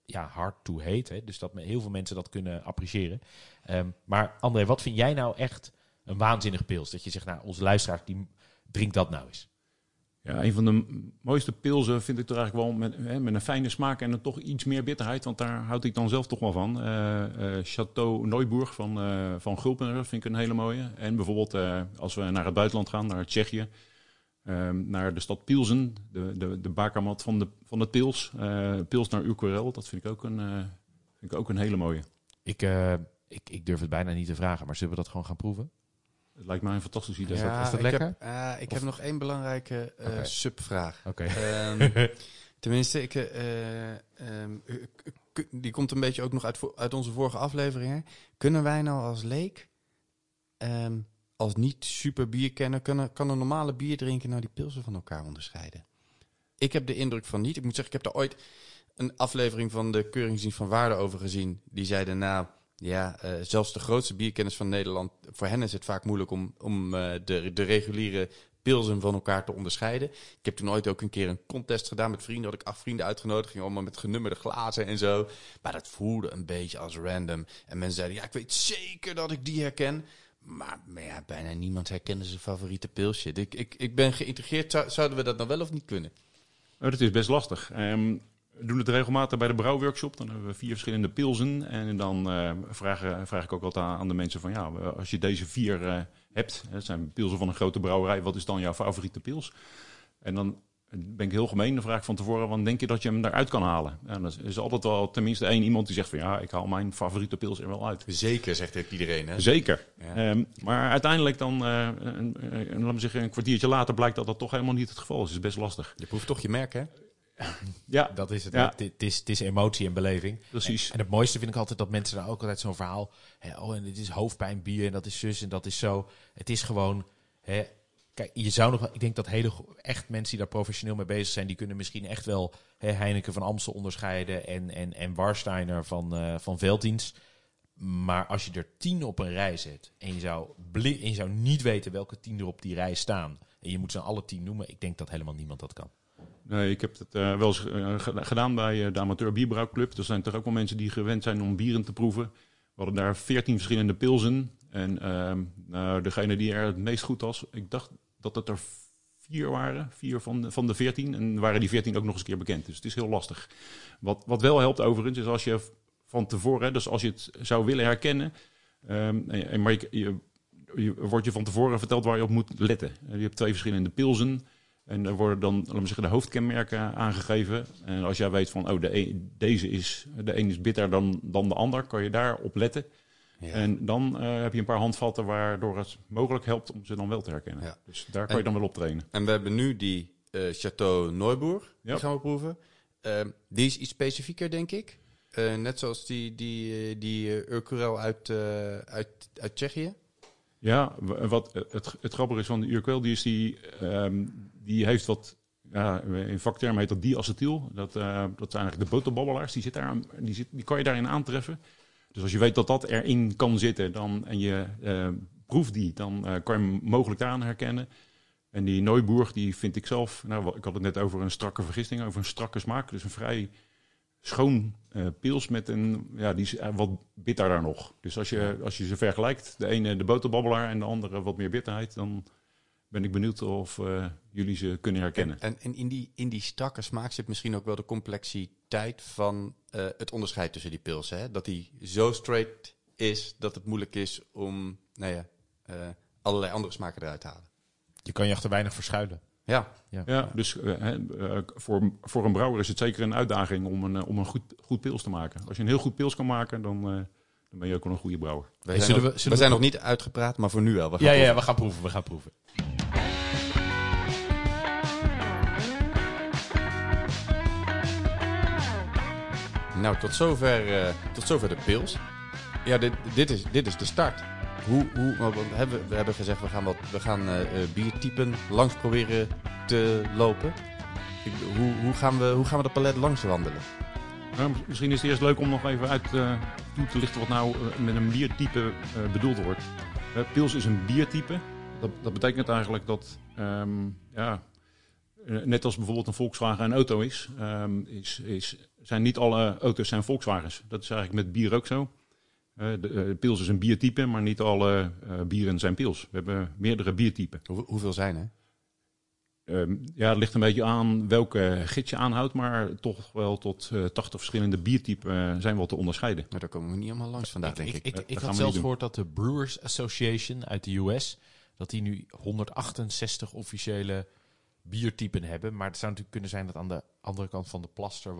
hard to hate. Hè? Dus dat heel veel mensen dat kunnen appreciëren. Maar André, wat vind jij nou echt een waanzinnig pils? Dat je zegt, nou, onze luisteraar, die drinkt dat nou eens. Ja, een van de mooiste pilsen vind ik er eigenlijk wel met een fijne smaak en dan toch iets meer bitterheid. Want daar houd ik dan zelf toch wel van. Château Neuburg van Gulpener vind ik een hele mooie. En bijvoorbeeld als we naar het buitenland gaan, naar Tsjechië. Naar de stad Pilsen, de bakermat van het pils. Pils naar Urquell, dat vind ik ook een hele mooie. Ik durf het bijna niet te vragen, maar zullen we dat gewoon gaan proeven? Het lijkt mij een fantastisch idee. Is dat lekker? Ik heb nog één belangrijke subvraag. Oké. Tenminste, die komt een beetje ook nog uit onze vorige afleveringen. Kunnen wij nou als leek, als niet super bierkenner, kan een normale bier drinken nou die pilsen van elkaar onderscheiden? Ik heb de indruk van niet. Ik moet zeggen, ik heb daar ooit een aflevering van de Keuringsdienst van Waarde over gezien. Die zeiden, nou, ja, zelfs de grootste bierkenners van Nederland, voor hen is het vaak moeilijk om de reguliere pilsen van elkaar te onderscheiden. Ik heb toen ooit ook een keer een contest gedaan met vrienden. Had ik 8 vrienden uitgenodigd, ging allemaal met genummerde glazen en zo. Maar dat voelde een beetje als random. En mensen zeiden, ja, ik weet zeker dat ik die herken. Maar ja, bijna niemand herkende zijn favoriete pilsje. Ik ben geïntegreerd. Zouden we dat nou wel of niet kunnen? Dat is best lastig. We doen het regelmatig bij de brouwworkshop. Dan hebben we 4 verschillende pilsen. En dan vraag ik ook altijd aan de mensen van, ja, als je deze 4 hebt, dat zijn pilsen van een grote brouwerij, wat is dan jouw favoriete pils? En dan ben ik heel gemeen. Dan vraag ik van tevoren, want denk je dat je hem daaruit kan halen? En dan is altijd wel tenminste 1 iemand die zegt van, ja, ik haal mijn favoriete pils er wel uit. Zeker, zegt ook iedereen, hè? Zeker. Ja. Maar uiteindelijk dan, laten we zeggen, een kwartiertje later blijkt dat toch helemaal niet het geval is. Het is best lastig. Je proeft toch je merk, hè? Ja, Dat is het. Ja. Het is emotie en beleving. precies. En het mooiste vind ik altijd dat mensen daar ook altijd zo'n verhaal... en dit is hoofdpijnbier en dat is zus en dat is zo. Het is gewoon... kijk, je zou nog wel... Ik denk dat echt mensen die daar professioneel mee bezig zijn... die kunnen misschien echt wel Heineken van Amstel onderscheiden... en Warsteiner van Veltins. Maar als je er 10 op een rij zet... en je zou niet weten welke 10 er op die rij staan... en je moet ze alle 10 noemen... ik denk dat helemaal niemand dat kan. Nee, ik heb het wel eens gedaan bij de Amateur Bierbrouwclub. Er zijn toch ook wel mensen die gewend zijn om bieren te proeven. We hadden daar 14 verschillende pilsen. En degene die er het meest goed was, ik dacht dat het er 4 waren. 4 van de 14. En waren die 14 ook nog eens een keer bekend. Dus het is heel lastig. Wat wel helpt overigens, is als je van tevoren, dus als je het zou willen herkennen... maar je wordt je van tevoren verteld waar je op moet letten. Je hebt 2 verschillende pilsen... En er worden dan, laten we zeggen, de hoofdkenmerken aangegeven. En als jij weet van, de een is bitter dan de ander, kan je daar op letten. Ja. En dan heb je een paar handvatten waardoor het mogelijk helpt om ze dan wel te herkennen. Ja. Dus daar kan je dan wel op trainen. En we hebben nu die Château Neuburg, die gaan we proeven. Die is iets specifieker, denk ik. Net zoals die Urquell uit Tsjechië. Ja, wat het grappige is van de Urquell, die heeft wat, ja, in vaktermen heet dat diacetyl. Dat zijn eigenlijk de boterbabbelaars, die kan je daarin aantreffen. Dus als je weet dat dat erin kan zitten en je proeft die, dan kan je hem mogelijk daaraan herkennen. En die Neuburg, die vind ik zelf, ik had het net over een strakke vergisting, over een strakke smaak. Dus een vrij schoon pils met die is wat bitterder nog. Dus als je ze vergelijkt, de ene de boterbabbelaar en de andere wat meer bitterheid, dan ben ik benieuwd of jullie ze kunnen herkennen. En in die strakke smaak zit misschien ook wel de complexiteit van het onderscheid tussen die pilsen. Hè? Dat die zo straight is dat het moeilijk is om allerlei andere smaken eruit te halen. Je kan je achter weinig verschuilen. Ja, dus voor een brouwer is het zeker een uitdaging om een goed pils te maken. Als je een heel goed pils kan maken, dan ben je ook wel een goede brouwer. We zijn nog niet uitgepraat, maar voor nu wel. We gaan proeven. Nou, tot zover de pils. Ja, dit is de start. We hebben gezegd, we gaan biertypen langs proberen te lopen. Hoe gaan we dat palet langs wandelen? Nou, misschien is het eerst leuk om nog even uit toe te lichten wat nou met een biertype bedoeld wordt. Pils is een biertype. Dat betekent eigenlijk dat, net als bijvoorbeeld een Volkswagen een auto is niet alle auto's zijn Volkswagens. Dat is eigenlijk met bier ook zo. Pils is een biertype, maar niet alle bieren zijn pils. We hebben meerdere biertypen. Hoeveel zijn er? Het ligt een beetje aan welke gids je aanhoudt, maar toch wel tot 80 verschillende biertypen zijn wel te onderscheiden. Nou, daar komen we niet allemaal langs vandaag, denk ik. Ik had zelfs gehoord dat de Brewers Association uit de US, dat die nu 168 officiële biertypen hebben. Maar het zou natuurlijk kunnen zijn dat aan de andere kant van de plaster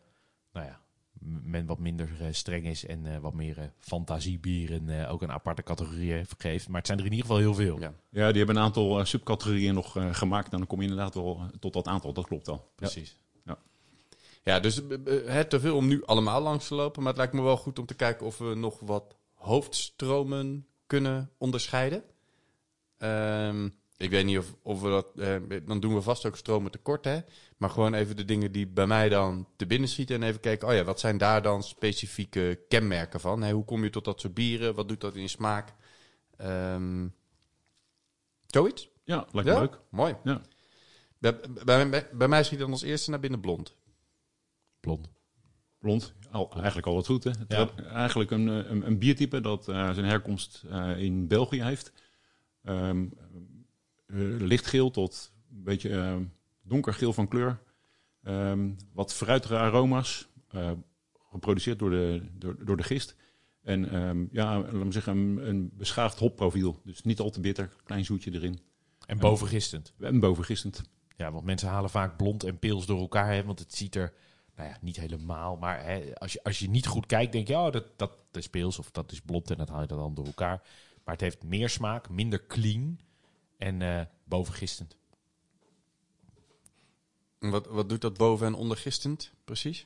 men wat minder streng is en wat meer fantasiebieren ook een aparte categorie geeft. Maar het zijn er in ieder geval heel veel. Ja, die hebben een aantal subcategorieën nog gemaakt. En dan kom je inderdaad wel tot dat aantal. Dat klopt al. Precies. Ja, dus te veel om nu allemaal langs te lopen. Maar het lijkt me wel goed om te kijken of we nog wat hoofdstromen kunnen onderscheiden. Ik weet niet of we dat... dan doen we vast ook stromen tekort, hè. Maar gewoon even de dingen die bij mij dan te binnen schieten. En even kijken, wat zijn daar dan specifieke kenmerken van? Hè? Hoe kom je tot dat soort bieren? Wat doet dat in smaak? Zoiets? Ja, lijkt me leuk. Mooi. Ja. Bij mij schiet dan als eerste naar binnen blond. Blond, eigenlijk al het goed. Hè? Eigenlijk een biertype dat zijn herkomst in België heeft. Lichtgeel tot een beetje donkergeel van kleur. Wat fruitige aroma's. Geproduceerd door de gist. En laat me zeggen, een beschaafd hopprofiel. Dus niet al te bitter, klein zoetje erin. En bovengistend. En bovengistend. Ja, want mensen halen vaak blond en pils door elkaar. Hè, want het ziet er, niet helemaal. Maar als je niet goed kijkt, denk je, dat is pils of dat is blond. En dat haal je dan door elkaar. Maar het heeft meer smaak, minder clean en bovengistend. Wat doet dat boven- en ondergistend precies?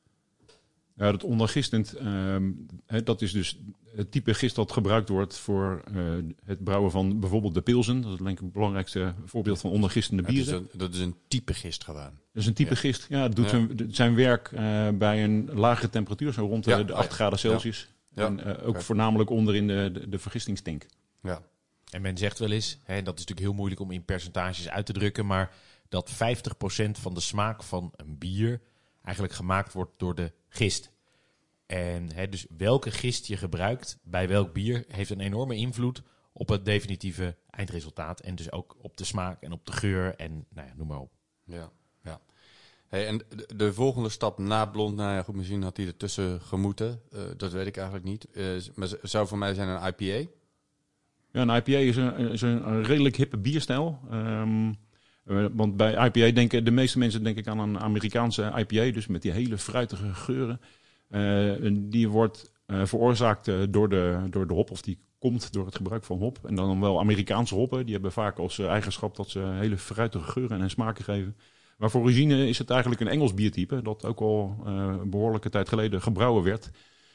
Ja, dat ondergistend, dat is dus het type gist dat gebruikt wordt voor het brouwen van bijvoorbeeld de pilsen. Dat is denk ik het belangrijkste voorbeeld van ondergistende bieren. Dat is een type gist gewoon. Dat is een type gist. Ja, dat doet zijn werk bij een lagere temperatuur, zo rond de 8 graden Celsius. Ja. En ook voornamelijk onder in de vergistingstank. Ja. En men zegt wel eens, dat is natuurlijk heel moeilijk om in percentages uit te drukken, maar dat 50% van de smaak van een bier eigenlijk gemaakt wordt door de gist. En dus welke gist je gebruikt bij welk bier heeft een enorme invloed op het definitieve eindresultaat. En dus ook op de smaak en op de geur en noem maar op. Ja. Hey, en de volgende stap na blond, goed, misschien had hij ertussen gemoeten. Dat weet ik eigenlijk niet. Maar zou voor mij zijn een IPA? Ja, een IPA is een redelijk hippe bierstijl. Want bij IPA denken de meeste mensen aan een Amerikaanse IPA, dus met die hele fruitige geuren. Die wordt veroorzaakt door de hop, of die komt door het gebruik van hop. En dan wel Amerikaanse hoppen, die hebben vaak als eigenschap dat ze hele fruitige geuren en smaken geven. Maar voor origine is het eigenlijk een Engels biertype, dat ook al een behoorlijke tijd geleden gebrouwen werd.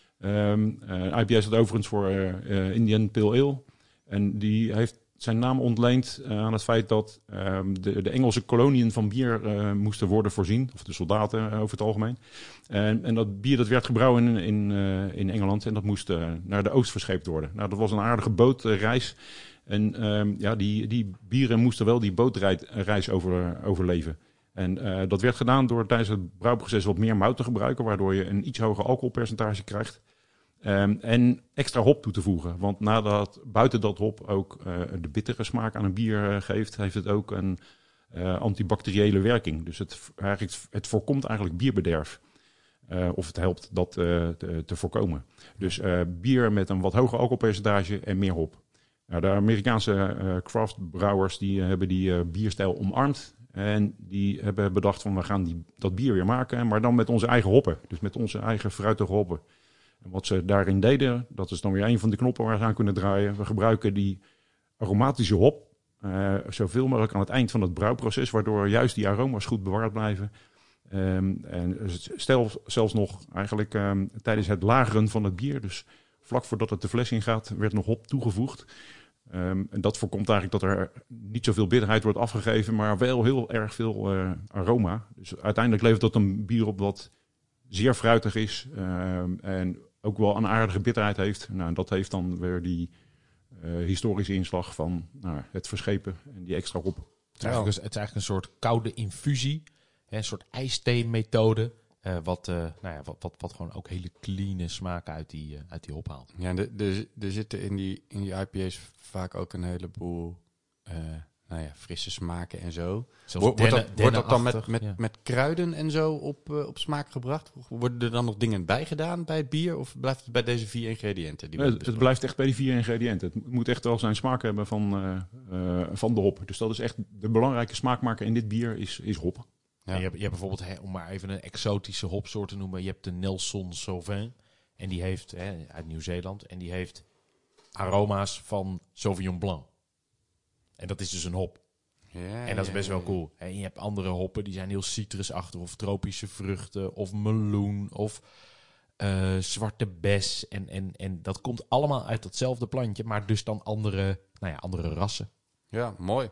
IPA staat overigens voor Indian Pale Ale. En die heeft zijn naam ontleend aan het feit dat de Engelse koloniën van bier moesten worden voorzien. Of de soldaten over het algemeen. En dat bier dat werd gebrouwen in Engeland en dat moest naar de oost verscheept worden. Nou, dat was een aardige bootreis. En die bieren moesten wel die bootreis overleven. En dat werd gedaan door tijdens het brouwproces wat meer mout te gebruiken, waardoor je een iets hoger alcoholpercentage krijgt. En extra hop toe te voegen. Want buiten dat hop ook de bittere smaak aan een bier geeft, heeft het ook een antibacteriële werking. Dus het voorkomt eigenlijk bierbederf. Of het helpt dat te voorkomen. Dus bier met een wat hoger alcoholpercentage en meer hop. Nou, de Amerikaanse craftbrouwers die hebben die bierstijl omarmd. En die hebben bedacht van we gaan dat bier weer maken, maar dan met onze eigen hoppen. Dus met onze eigen fruitige hoppen. En wat ze daarin deden, dat is dan weer een van de knoppen waar ze aan kunnen draaien. We gebruiken die aromatische hop zoveel mogelijk aan het eind van het brouwproces, waardoor juist die aroma's goed bewaard blijven. En zelfs nog eigenlijk tijdens het lageren van het bier, dus vlak voordat het de fles ingaat, werd nog hop toegevoegd. En dat voorkomt eigenlijk dat er niet zoveel bitterheid wordt afgegeven, maar wel heel erg veel aroma. Dus uiteindelijk levert dat een bier op wat zeer fruitig is en ook wel een aardige bitterheid heeft. Nou, dat heeft dan weer die historische inslag van het verschepen en die extra hop. Het is eigenlijk een soort koude infusie, een soort ijsthee-methode. Wat gewoon ook hele clean smaken uit die hop haalt. Ja, er zitten in die IPA's vaak ook een heleboel frisse smaken en zo. Wordt dat dan met kruiden en zo op smaak gebracht? Worden er dan nog dingen bij gedaan bij het bier? Of blijft het bij deze 4 ingrediënten? Het blijft echt bij die 4 ingrediënten. Het moet echt wel zijn smaak hebben van de hop. Dus dat is echt de belangrijke smaakmaker in dit bier is hop. Ja. Je hebt bijvoorbeeld, om maar even een exotische hopsoort te noemen, je hebt de Nelson Sauvin. En die heeft, uit Nieuw-Zeeland, en die heeft aroma's van Sauvignon Blanc. En dat is dus een hop. Ja, en dat is best wel cool. En je hebt andere hoppen, die zijn heel citrusachtig, of tropische vruchten, of meloen, of zwarte bes. En dat komt allemaal uit datzelfde plantje, maar dus dan andere rassen. Ja, mooi.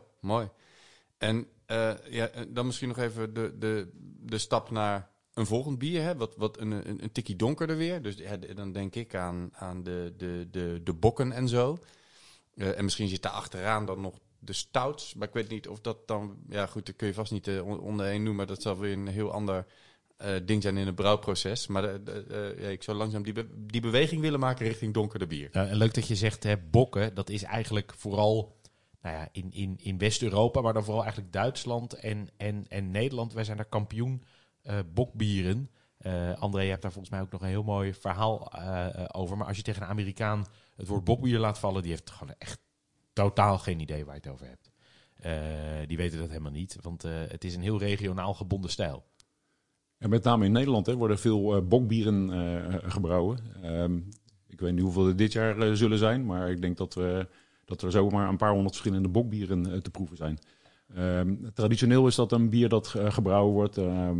En dan misschien nog even de stap naar een volgend bier, hè? Wat een tikkie donkerder weer. Dus dan denk ik aan de bokken en zo. En misschien zit daar achteraan dan nog de stouts. Maar ik weet niet of dat dan... Ja goed, dat kun je vast niet onder één noemen. Maar dat zal weer een heel ander ding zijn in het brouwproces. Maar ik zou langzaam die beweging willen maken richting donkerder bier. Ja, en leuk dat je zegt, bokken, dat is eigenlijk vooral... in West-Europa, maar dan vooral eigenlijk Duitsland en Nederland. Wij zijn daar kampioen bokbieren. André, je hebt daar volgens mij ook nog een heel mooi verhaal over. Maar als je tegen een Amerikaan het woord bokbier laat vallen, die heeft gewoon echt totaal geen idee waar je het over hebt. Die weten dat helemaal niet, want het is een heel regionaal gebonden stijl. En met name in Nederland worden veel bokbieren gebrouwen. Ik weet niet hoeveel er dit jaar zullen zijn, maar ik denk dat er zomaar een paar honderd verschillende bokbieren te proeven zijn. Traditioneel is dat een bier dat gebrouwen wordt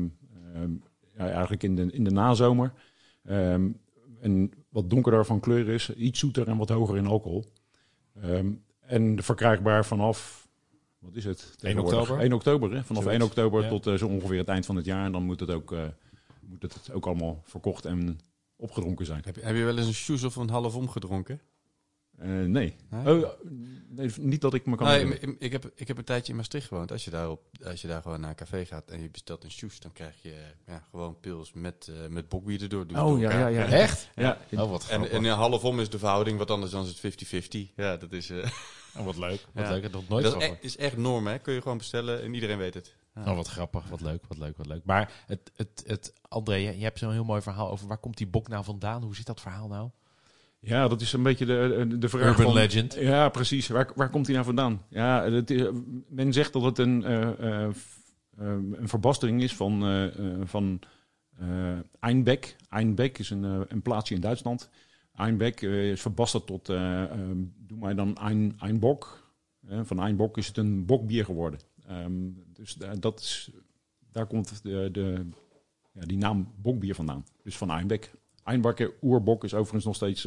eigenlijk in de nazomer. En wat donkerder van kleur is, iets zoeter en wat hoger in alcohol. En verkrijgbaar vanaf, wat is het? 1 oktober? 1 oktober, hè? Vanaf Zoiets. 1 oktober tot zo ongeveer het eind van het jaar. En dan moet het ook allemaal verkocht en opgedronken zijn. Heb je wel eens een shoes of een half omgedronken? Nee. Nee? Nee, niet dat ik me kan herinneren. Ik heb een tijdje in Maastricht gewoond. Als je daar gewoon naar een café gaat en je bestelt een shoes, dan krijg je gewoon pils met bokbier erdoor. Ja. Echt? Ja. Wat En een half om is de verhouding, wat anders dan is het 50-50. Ja, dat is... wat leuk. Ja. Leuk. Dat nooit Dat is echt norm, hè? Kun je gewoon bestellen en iedereen weet het. Ja. wat grappig. Wat leuk. Maar André, je hebt zo'n heel mooi verhaal over waar komt die bok nou vandaan? Hoe zit dat verhaal nou? Ja, dat is een beetje de vraag Urban legend. Ja, precies. Waar komt hij nou vandaan? Ja, men zegt dat het een verbastering is van Einbeck. Einbeck is een plaatsje in Duitsland. Einbeck is verbasterd tot, doe mij dan Einbock. Van Einbock is het een bokbier geworden. Dus daar komt die naam bokbier vandaan. Dus van Einbeck. Einbakken oerbok is overigens nog steeds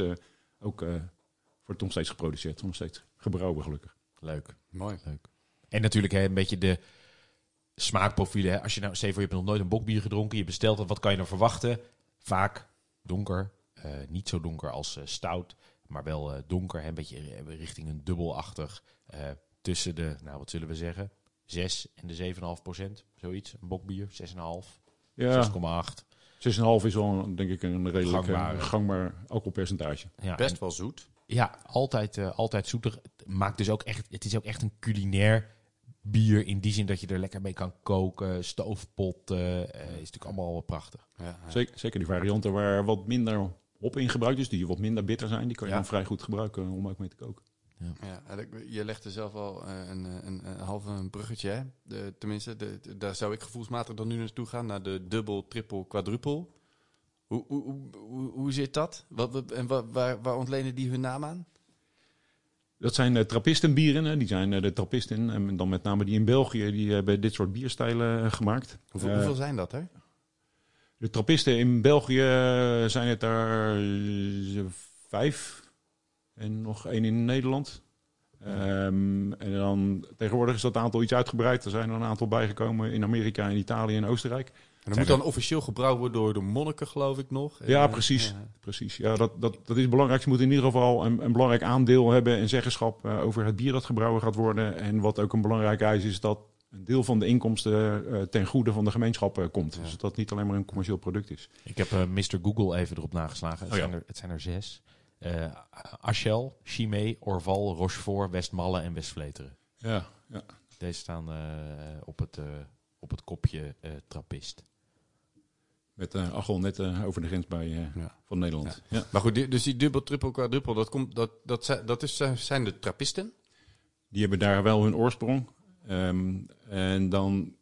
wordt nog steeds geproduceerd, nog steeds gebrouwen gelukkig. Leuk. Mooi. Leuk. En natuurlijk een beetje de smaakprofielen. Hè. Als je nou, stel je hebt nog nooit een bokbier gedronken, je bestelt het, wat kan je nou verwachten? Vaak donker, niet zo donker als stout, maar wel donker, hè, een beetje richting een dubbelachtig. Tussen de, wat zullen we zeggen, 6 en de 7,5%, zoiets. Een bokbier, 6,5, Ja. 6,8. 6,5 is wel, denk ik, een redelijk Gangbaar. alcoholpercentage. Ja, Best wel zoet. Ja, altijd zoetig. Maakt dus ook echt, het is ook echt een culinair bier in die zin dat je er lekker mee kan koken. Stoofpot is natuurlijk allemaal prachtig. Ja. Zeker die varianten waar wat minder hop in gebruikt is, die wat minder bitter zijn, die kan je dan vrij goed gebruiken om ook mee te koken. Ja, je legde zelf al een halve bruggetje, hè? Tenminste, daar zou ik gevoelsmatig dan nu naartoe gaan, naar de dubbel, triple, quadruple. Hoe zit dat? Waar ontlenen die hun naam aan? Dat zijn trappistenbieren, hè. Die zijn de trappisten, en dan met name die in België, die hebben dit soort bierstijlen gemaakt. Hoeveel zijn dat, hè? De trappisten in België zijn het daar 5 en nog 1 in Nederland. En dan tegenwoordig is dat aantal iets uitgebreid. Er zijn er een aantal bijgekomen in Amerika, in Italië en Oostenrijk. En dat moet dan officieel gebrouwen worden door de monniken, geloof ik nog. Ja, precies. Precies. Ja, dat is belangrijk. Ze moeten in ieder geval een belangrijk aandeel hebben en zeggenschap over het bier dat gebrouwen gaat worden. En wat ook een belangrijk eis is dat een deel van de inkomsten ten goede van de gemeenschap komt. Dus dat het niet alleen maar een commercieel product is. Ik heb Mr. Google even erop nageslagen. Het zijn er 6. Achel, Chimay, Orval, Rochefort, Westmalle en Westvleteren. Ja. Deze staan op het kopje trappist. Met Achel net over de grens van Nederland. Ja. Maar goed, dus die dubbel, triple, quadruppel, zijn de trappisten? Die hebben daar wel hun oorsprong. En dan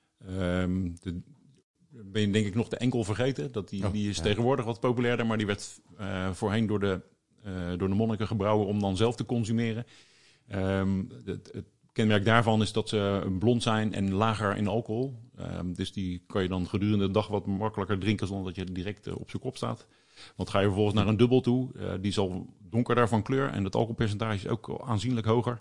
ben je denk ik nog de enkel vergeten. Die is tegenwoordig wat populairder, maar die werd voorheen door de monniken gebrouwen om dan zelf te consumeren. Het kenmerk daarvan is dat ze blond zijn en lager in alcohol. Dus die kan je dan gedurende de dag wat makkelijker drinken zonder dat je direct op zijn kop staat. Want ga je vervolgens naar een dubbel toe, die is al donkerder van kleur en het alcoholpercentage is ook aanzienlijk hoger.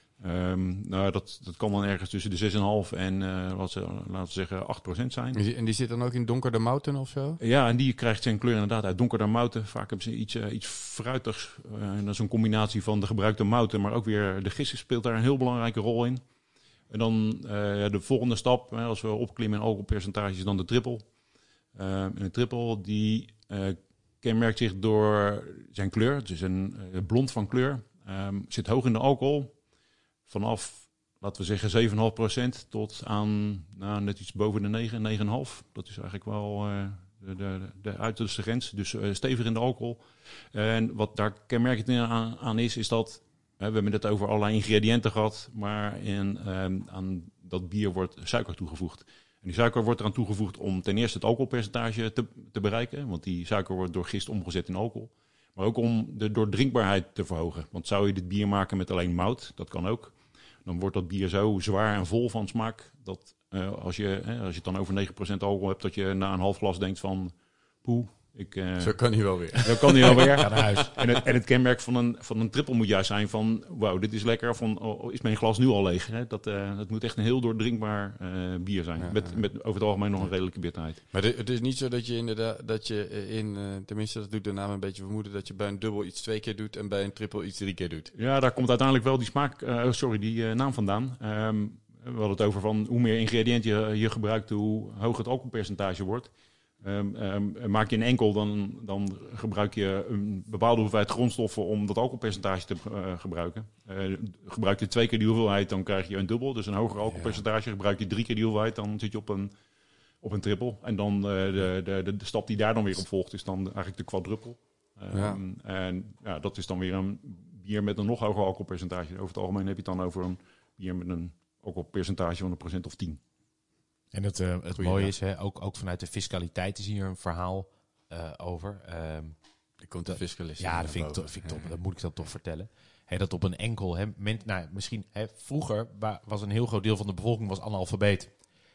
Dat kan dan ergens tussen de 6,5 en laten we zeggen 8% zijn. En die zit dan ook in donkerder mouten of zo? Ja, en die krijgt zijn kleur inderdaad uit donkerder mouten. Vaak hebben ze iets fruitigs. En dat is een combinatie van de gebruikte mouten, maar ook weer de gist speelt daar een heel belangrijke rol in. En dan de volgende stap, als we opklimmen in alcoholpercentage, is dan de triple. En de triple die kenmerkt zich door zijn kleur. Het is een blond van kleur. Zit hoog in de alcohol. Vanaf, laten we zeggen, 7,5% tot aan net iets boven de 9, 9,5. Dat is eigenlijk wel de uiterste grens. Dus stevig in de alcohol. En wat daar kenmerkend aan is dat we hebben het over allerlei ingrediënten gehad, maar aan dat bier wordt suiker toegevoegd. En die suiker wordt eraan toegevoegd om ten eerste het alcoholpercentage te bereiken, want die suiker wordt door gist omgezet in alcohol. Maar ook om de doordrinkbaarheid te verhogen. Want zou je dit bier maken met alleen mout, dat kan ook, dan wordt dat bier zo zwaar en vol van smaak dat als je het dan over 9% alcohol hebt, dat je na een half glas denkt van poeh. Zo kan hij wel weer. Zo kan hij wel weer. Ga naar huis. En het kenmerk van een triple moet juist zijn van wauw, dit is lekker. Is mijn glas nu al leeg? Hè? Dat moet echt een heel doordrinkbaar bier zijn. Ja, met over het algemeen nog een redelijke bitterheid. Maar het is niet zo dat je inderdaad, tenminste dat doet de naam een beetje vermoeden, dat je bij een dubbel iets 2 keer doet en bij een triple iets 3 keer doet. Ja, daar komt uiteindelijk wel die naam vandaan. We hadden het over van hoe meer ingrediënten je gebruikt, hoe hoger het alcoholpercentage wordt. Maak je een enkel, dan gebruik je een bepaalde hoeveelheid grondstoffen om dat alcoholpercentage te gebruiken. Gebruik je 2 keer die hoeveelheid, dan krijg je een dubbel. Dus een hoger alcoholpercentage. Gebruik je 3 keer die hoeveelheid, dan zit je op een triple. En dan de stap die daar dan weer op volgt, is dan eigenlijk de quadruppel. En dat is dan weer een bier met een nog hoger alcoholpercentage. Over het algemeen heb je het dan over een bier met een alcoholpercentage van 1% of 10. En het mooie is, ook vanuit de fiscaliteit is hier een verhaal over. Er komt de fiscalist. Ja, dat vind ik top. Dat moet ik dan toch vertellen. Dat op een enkel... misschien vroeger was een heel groot deel van de bevolking was analfabeet.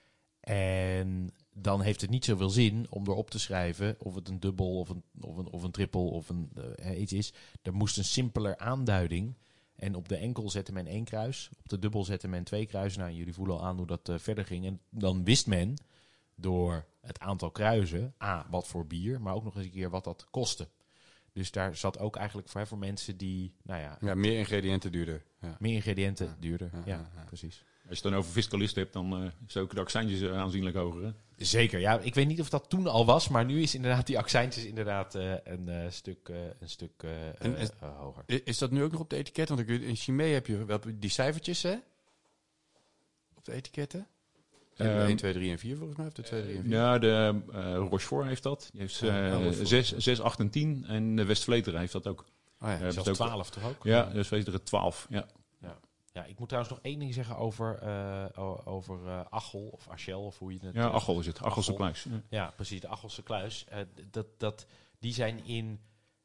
En dan heeft het niet zoveel zin om erop te schrijven of het een dubbel of een triple of iets is. Er moest een simpeler aanduiding. En op de enkel zette men 1 kruis. Op de dubbel zette men 2 kruisen. Nou, jullie voelen al aan hoe dat verder ging. En dan wist men door het aantal kruisen, wat voor bier, maar ook nog eens een keer wat dat kostte. Dus daar zat ook eigenlijk voor mensen die, meer ingrediënten duurder. Ja. Meer ingrediënten duurder. Ja, precies. Als je het dan over fiscalisten hebt, dan is ook de accijntjes aanzienlijk hoger. Hè? Zeker, ja. Ik weet niet of dat toen al was, maar nu is inderdaad die accijntjes inderdaad een stuk hoger. Is dat nu ook nog op de etiket? Want in Chimay heb je wel die cijfertjes, hè? Op de etiketten? 1, 2, 3 en 4 volgens mij. Of de 2, 3 en 4? Ja, de Rochefort heeft dat. Die heeft 6, 8 en 10. En de Westvleteren heeft dat ook. Zelfs 12 toch ook? Ja, de Westvleteren 12. Ja, ik moet trouwens nog 1 ding zeggen over Achel of Achel of hoe je het... Ja, Achel is het. Achelse kluis. Ja, precies. De Achelse kluis. Die zijn in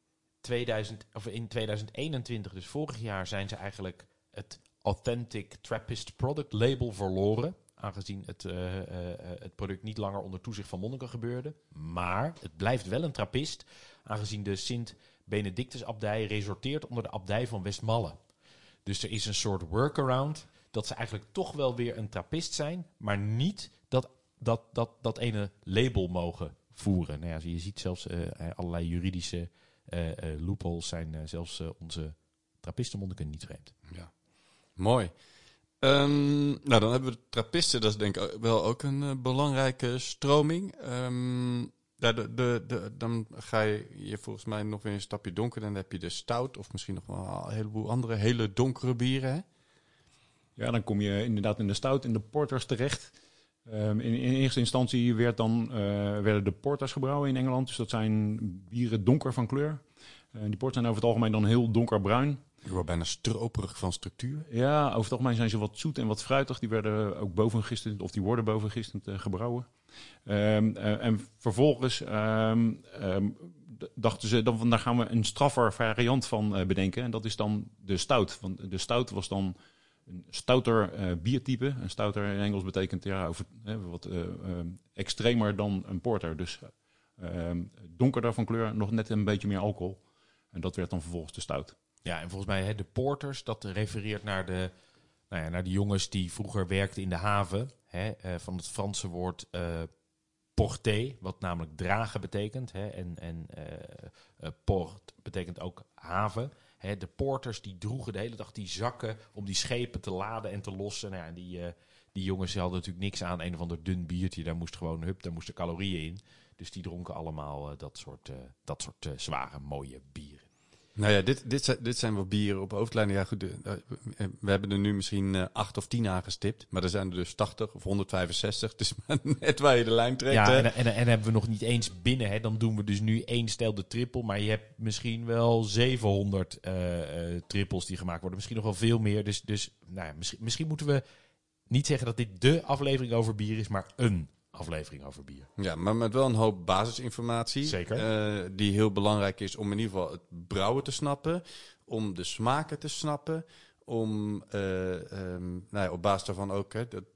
2021, dus vorig jaar, zijn ze eigenlijk het Authentic Trappist Product Label verloren. Aangezien het product niet langer onder toezicht van monniken gebeurde. Maar het blijft wel een trappist, aangezien de Sint-Benedictus-abdij resorteert onder de abdij van Westmalle. Dus er is een soort workaround dat ze eigenlijk toch wel weer een trappist zijn, maar niet dat ene label mogen voeren. Nou ja, je ziet zelfs allerlei juridische loopholes zijn zelfs onze trappistenmonniken niet vreemd. Ja, mooi. Nou, dan hebben we de trappisten. Dat is denk ik wel ook een belangrijke stroming. Dan ga je volgens mij nog weer een stapje donker. Dan heb je de stout of misschien nog wel een heleboel andere hele donkere bieren. Hè? Ja, dan kom je inderdaad in de stout, in de porters terecht. In eerste instantie werden de porters gebrouwen in Engeland. Dus dat zijn bieren donker van kleur. Die porters zijn over het algemeen dan heel donkerbruin. Je wordt bijna stroperig van structuur. Ja, over het algemeen zijn ze wat zoet en wat fruitig. Die werden ook bovengistend, of die worden bovengistend gebrouwen. En vervolgens dachten ze, daar gaan we een straffer variant van bedenken. En dat is dan de stout. Want de stout was dan een stouter biertype. Een stouter in Engels betekent wat extremer dan een porter. Dus donkerder van kleur, nog net een beetje meer alcohol. En dat werd dan vervolgens de stout. Ja, en volgens mij de porters, dat refereert naar de jongens die vroeger werkten in de haven. Van het Franse woord porter, wat namelijk dragen betekent. En port betekent ook haven. De porters die droegen de hele dag die zakken om die schepen te laden en te lossen. Nou ja, die jongens hadden natuurlijk niks aan een of ander dun biertje. Daar moesten calorieën in. Dus die dronken allemaal dat soort zware, mooie bieren. Nou ja, dit zijn wel bieren op hoofdlijnen. Ja, goed, we hebben er nu misschien 8 of 10 aangestipt. Maar er zijn er dus 80 of 165. Dus net waar je de lijn trekt. Ja, en hebben we nog niet eens binnen. Hè. Dan doen we dus nu 1 stel de triple. Maar je hebt misschien wel 700 trippels die gemaakt worden. Misschien nog wel veel meer. Dus nou ja, misschien moeten we niet zeggen dat dit de aflevering over bier is. Maar een aflevering over bier. Ja, maar met wel een hoop basisinformatie. Zeker. Die heel belangrijk is om in ieder geval het brouwen te snappen. Om de smaken te snappen. Om op basis daarvan ook...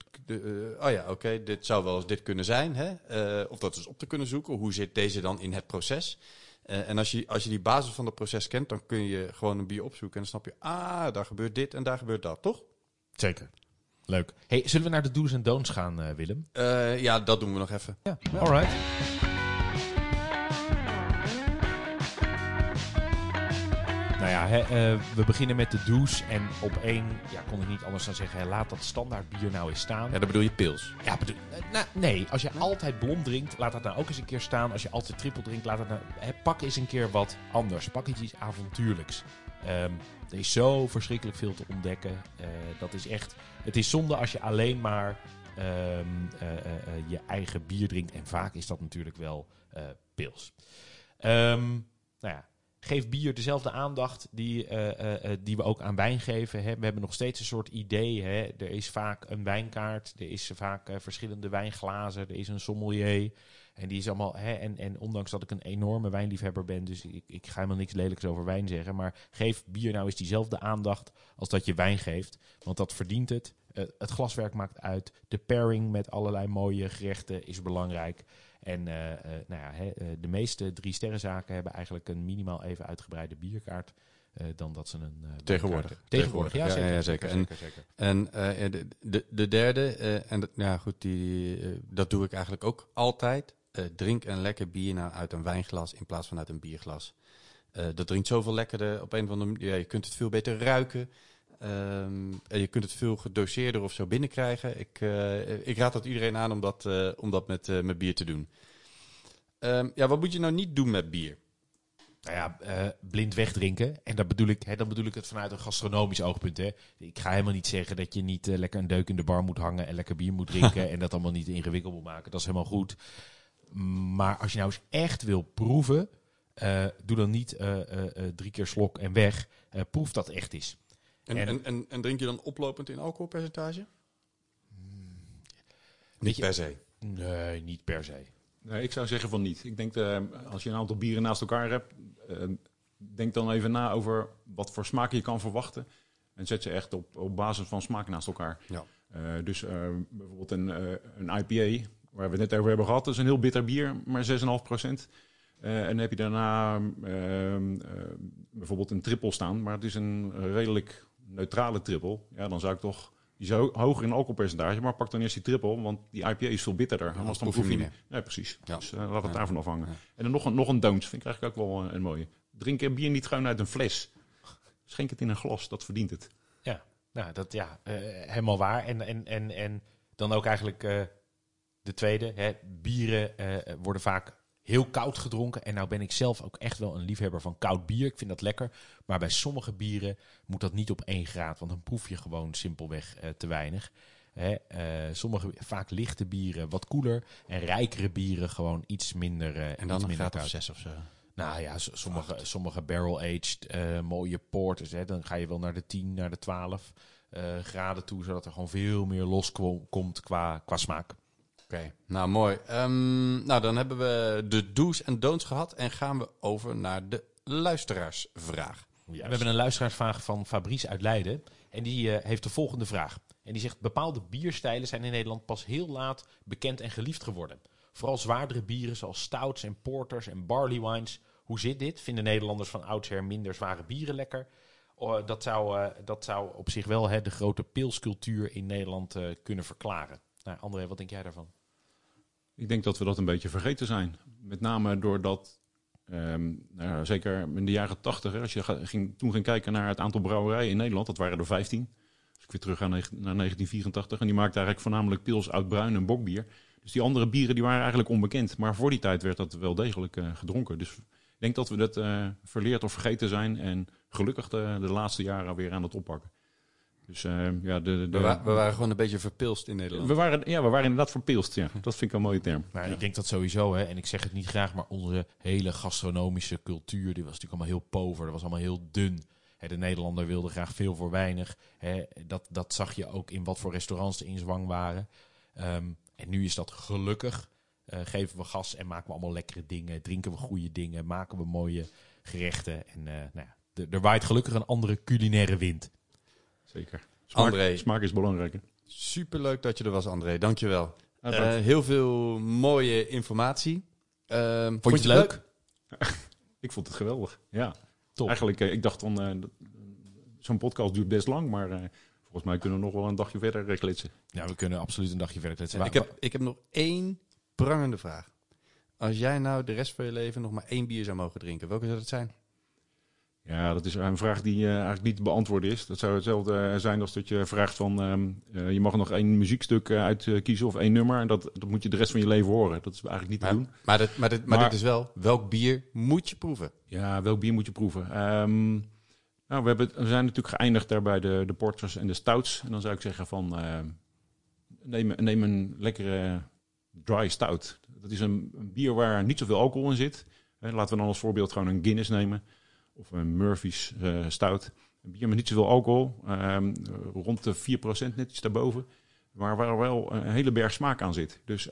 dit zou wel eens dit kunnen zijn. Hè? Of dat is op te kunnen zoeken. Hoe zit deze dan in het proces? En als je die basis van het proces kent, dan kun je gewoon een bier opzoeken. En dan snap je, daar gebeurt dit en daar gebeurt dat, toch? Zeker. Leuk. Hey, zullen we naar de do's en don'ts gaan, Willem? Ja, dat doen we nog even. Ja, alright. Nou ja, we beginnen met de do's. En op 1 kon ik niet anders dan zeggen, laat dat standaard bier nou eens staan. Ja, dan bedoel je pils. Ja, nee. Als je altijd blond drinkt, laat dat nou ook eens een keer staan. Als je altijd triple drinkt, laat dat nou... pak eens een keer wat anders. Pak iets avontuurlijks. Er is zo verschrikkelijk veel te ontdekken. Dat is echt... Het is zonde als je alleen maar je eigen bier drinkt. En vaak is dat natuurlijk wel pils. Geef bier dezelfde aandacht die we ook aan wijn geven. Hè. We hebben nog steeds een soort idee. Hè. Er is vaak een wijnkaart. Er is vaak verschillende wijnglazen. Er is een sommelier. En die is allemaal... En ondanks dat ik een enorme wijnliefhebber ben... Dus ik ga helemaal niks lelijks over wijn zeggen. Maar geef bier nou eens diezelfde aandacht als dat je wijn geeft. Want dat verdient het. Het glaswerk maakt uit. De pairing met allerlei mooie gerechten is belangrijk. En de meeste 3-sterrenzaken hebben eigenlijk een minimaal even uitgebreide bierkaart dan dat ze een... Tegenwoordig, ja, zeker. En de derde, dat doe ik eigenlijk ook altijd. Drink een lekker bier nou uit een wijnglas in plaats van uit een bierglas. Dat drinkt zoveel lekkerder op een of andere manier. Ja, je kunt het veel beter ruiken. En je kunt het veel gedoseerder of zo binnenkrijgen. Ik raad dat iedereen aan om dat met bier te doen. Wat moet je nou niet doen met bier? Nou ja, blind wegdrinken. En dan bedoel ik het vanuit een gastronomisch oogpunt. Hè. Ik ga helemaal niet zeggen dat je niet lekker een deuk in de bar moet hangen en lekker bier moet drinken en dat allemaal niet ingewikkeld moet maken. Dat is helemaal goed. Maar als je nou eens echt wil proeven, doe dan niet 3 keer slok en weg. Proef dat echt eens. En drink je dan oplopend in alcoholpercentage? Niet per se. Nee, niet per se. Nee, ik zou zeggen van niet. Ik denk, als je een aantal bieren naast elkaar hebt, denk dan even na over wat voor smaak je kan verwachten. En zet ze echt op basis van smaak naast elkaar. Ja. Dus bijvoorbeeld een IPA, waar we het net over hebben gehad, dat is een heel bitter bier, maar 6,5%. En dan heb je daarna bijvoorbeeld een triple staan, maar het is een redelijk neutrale triple. Ja, dan zou ik toch... Die is hoger in alcoholpercentage, maar pak dan eerst die triple, want die IPA is veel bitterder. Ja, dan proef je niet. Ja, precies. Ja. Dus laat het daarvan afhangen. Ja. En dan nog een don't, vind ik eigenlijk ook wel een mooie. Drink bier niet gewoon uit een fles. Schenk het in een glas, dat verdient het. Ja, Nou, dat helemaal waar. En dan ook eigenlijk de tweede. Hè, bieren worden vaak heel koud gedronken. En nou ben ik zelf ook echt wel een liefhebber van koud bier. Ik vind dat lekker. Maar bij sommige bieren moet dat niet op 1 graad. Want dan proef je gewoon simpelweg te weinig. Vaak lichte bieren wat koeler. En rijkere bieren gewoon iets minder En dan iets een minder graad of koud. 6 of zo. Nou ja, sommige barrel-aged mooie porters. Hè, dan ga je wel naar de 10, naar de 12 graden toe. Zodat er gewoon veel meer komt qua smaak. Oké, nou mooi. Nou, dan hebben we de do's en don'ts gehad. En gaan we over naar de luisteraarsvraag. We hebben een luisteraarsvraag van Fabrice uit Leiden. En die heeft de volgende vraag. En die zegt: bepaalde bierstijlen zijn in Nederland pas heel laat bekend en geliefd geworden. Vooral zwaardere bieren zoals stouts en porters en barley wines. Hoe zit dit? Vinden Nederlanders van oudsher minder zware bieren lekker? Dat zou op zich wel de grote pilscultuur in Nederland kunnen verklaren. Nou, André, wat denk jij daarvan? Ik denk dat we dat een beetje vergeten zijn. Met name doordat, zeker in de jaren 80, als je toen ging kijken naar het aantal brouwerijen in Nederland, dat waren er 15. Dus ik weer terug naar 1984. En die maakten eigenlijk voornamelijk pils, oud bruin en bokbier. Dus die andere bieren die waren eigenlijk onbekend. Maar voor die tijd werd dat wel degelijk gedronken. Dus ik denk dat we dat verleerd of vergeten zijn. En gelukkig de laatste jaren weer aan het oppakken. Dus We waren gewoon een beetje verpilst in Nederland. We waren inderdaad verpilst. Ja. Dat vind ik een mooie term. Maar ik denk dat sowieso, en ik zeg het niet graag, maar onze hele gastronomische cultuur, die was natuurlijk allemaal heel pover. Dat was allemaal heel dun. De Nederlander wilde graag veel voor weinig. Dat zag je ook in wat voor restaurants er in zwang waren. En nu is dat gelukkig. Geven we gas en maken we allemaal lekkere dingen. Drinken we goede dingen. Maken we mooie gerechten. En er waait gelukkig een andere culinaire wind. Zeker. André. Smaak is belangrijker. Superleuk dat je er was, André. Dankjewel. Dank. Heel veel mooie informatie. Vond je het leuk? Ik vond het geweldig. Ja. Top. Eigenlijk, ik dacht van, zo'n podcast duurt best lang, maar volgens mij kunnen we nog wel een dagje verder klitsen. Ja, we kunnen absoluut een dagje verder kletsen. Ik heb nog 1 prangende vraag. Als jij nou de rest van je leven nog maar 1 bier zou mogen drinken, welke zou dat zijn? Ja, dat is een vraag die eigenlijk niet te beantwoorden is. Dat zou hetzelfde zijn als dat je vraagt van, je mag nog 1 muziekstuk uitkiezen of 1 nummer. En dat moet je de rest van je leven horen. Dat is eigenlijk niet te doen. Maar dit is wel, welk bier moet je proeven? Ja, welk bier moet je proeven? We zijn natuurlijk geëindigd daar bij de porters en de stouts. En dan zou ik zeggen van, neem een lekkere dry stout. Dat is een bier waar niet zoveel alcohol in zit. Laten we dan als voorbeeld gewoon een Guinness nemen. Of een Murphy's stout. Een bier met niet zoveel alcohol. Rond de 4%, net iets daarboven. Maar waar wel een hele berg smaak aan zit. Dus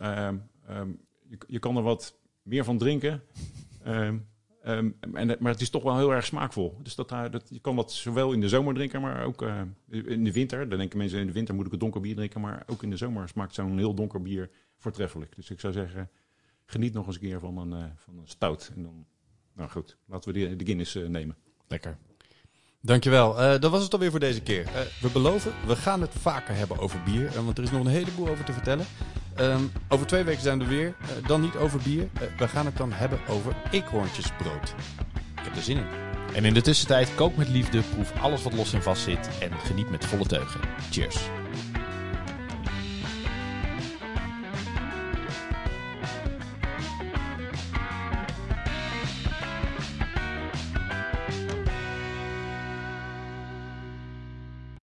je kan er wat meer van drinken. Maar het is toch wel heel erg smaakvol. Dus je kan dat zowel in de zomer drinken, maar ook in de winter. Dan denken mensen, in de winter moet ik een donker bier drinken. Maar ook in de zomer smaakt zo'n heel donker bier voortreffelijk. Dus ik zou zeggen, geniet nog eens een keer van een stout. En dan, nou goed, laten we de Guinness nemen. Lekker. Dankjewel. Dat was het alweer voor deze keer. We beloven, we gaan het vaker hebben over bier. Want er is nog een heleboel over te vertellen. Over 2 weken zijn we weer. Dan niet over bier. We gaan het dan hebben over eekhoorntjesbrood. Ik heb er zin in. En in de tussentijd, kook met liefde, proef alles wat los en vast zit en geniet met volle teugen. Cheers.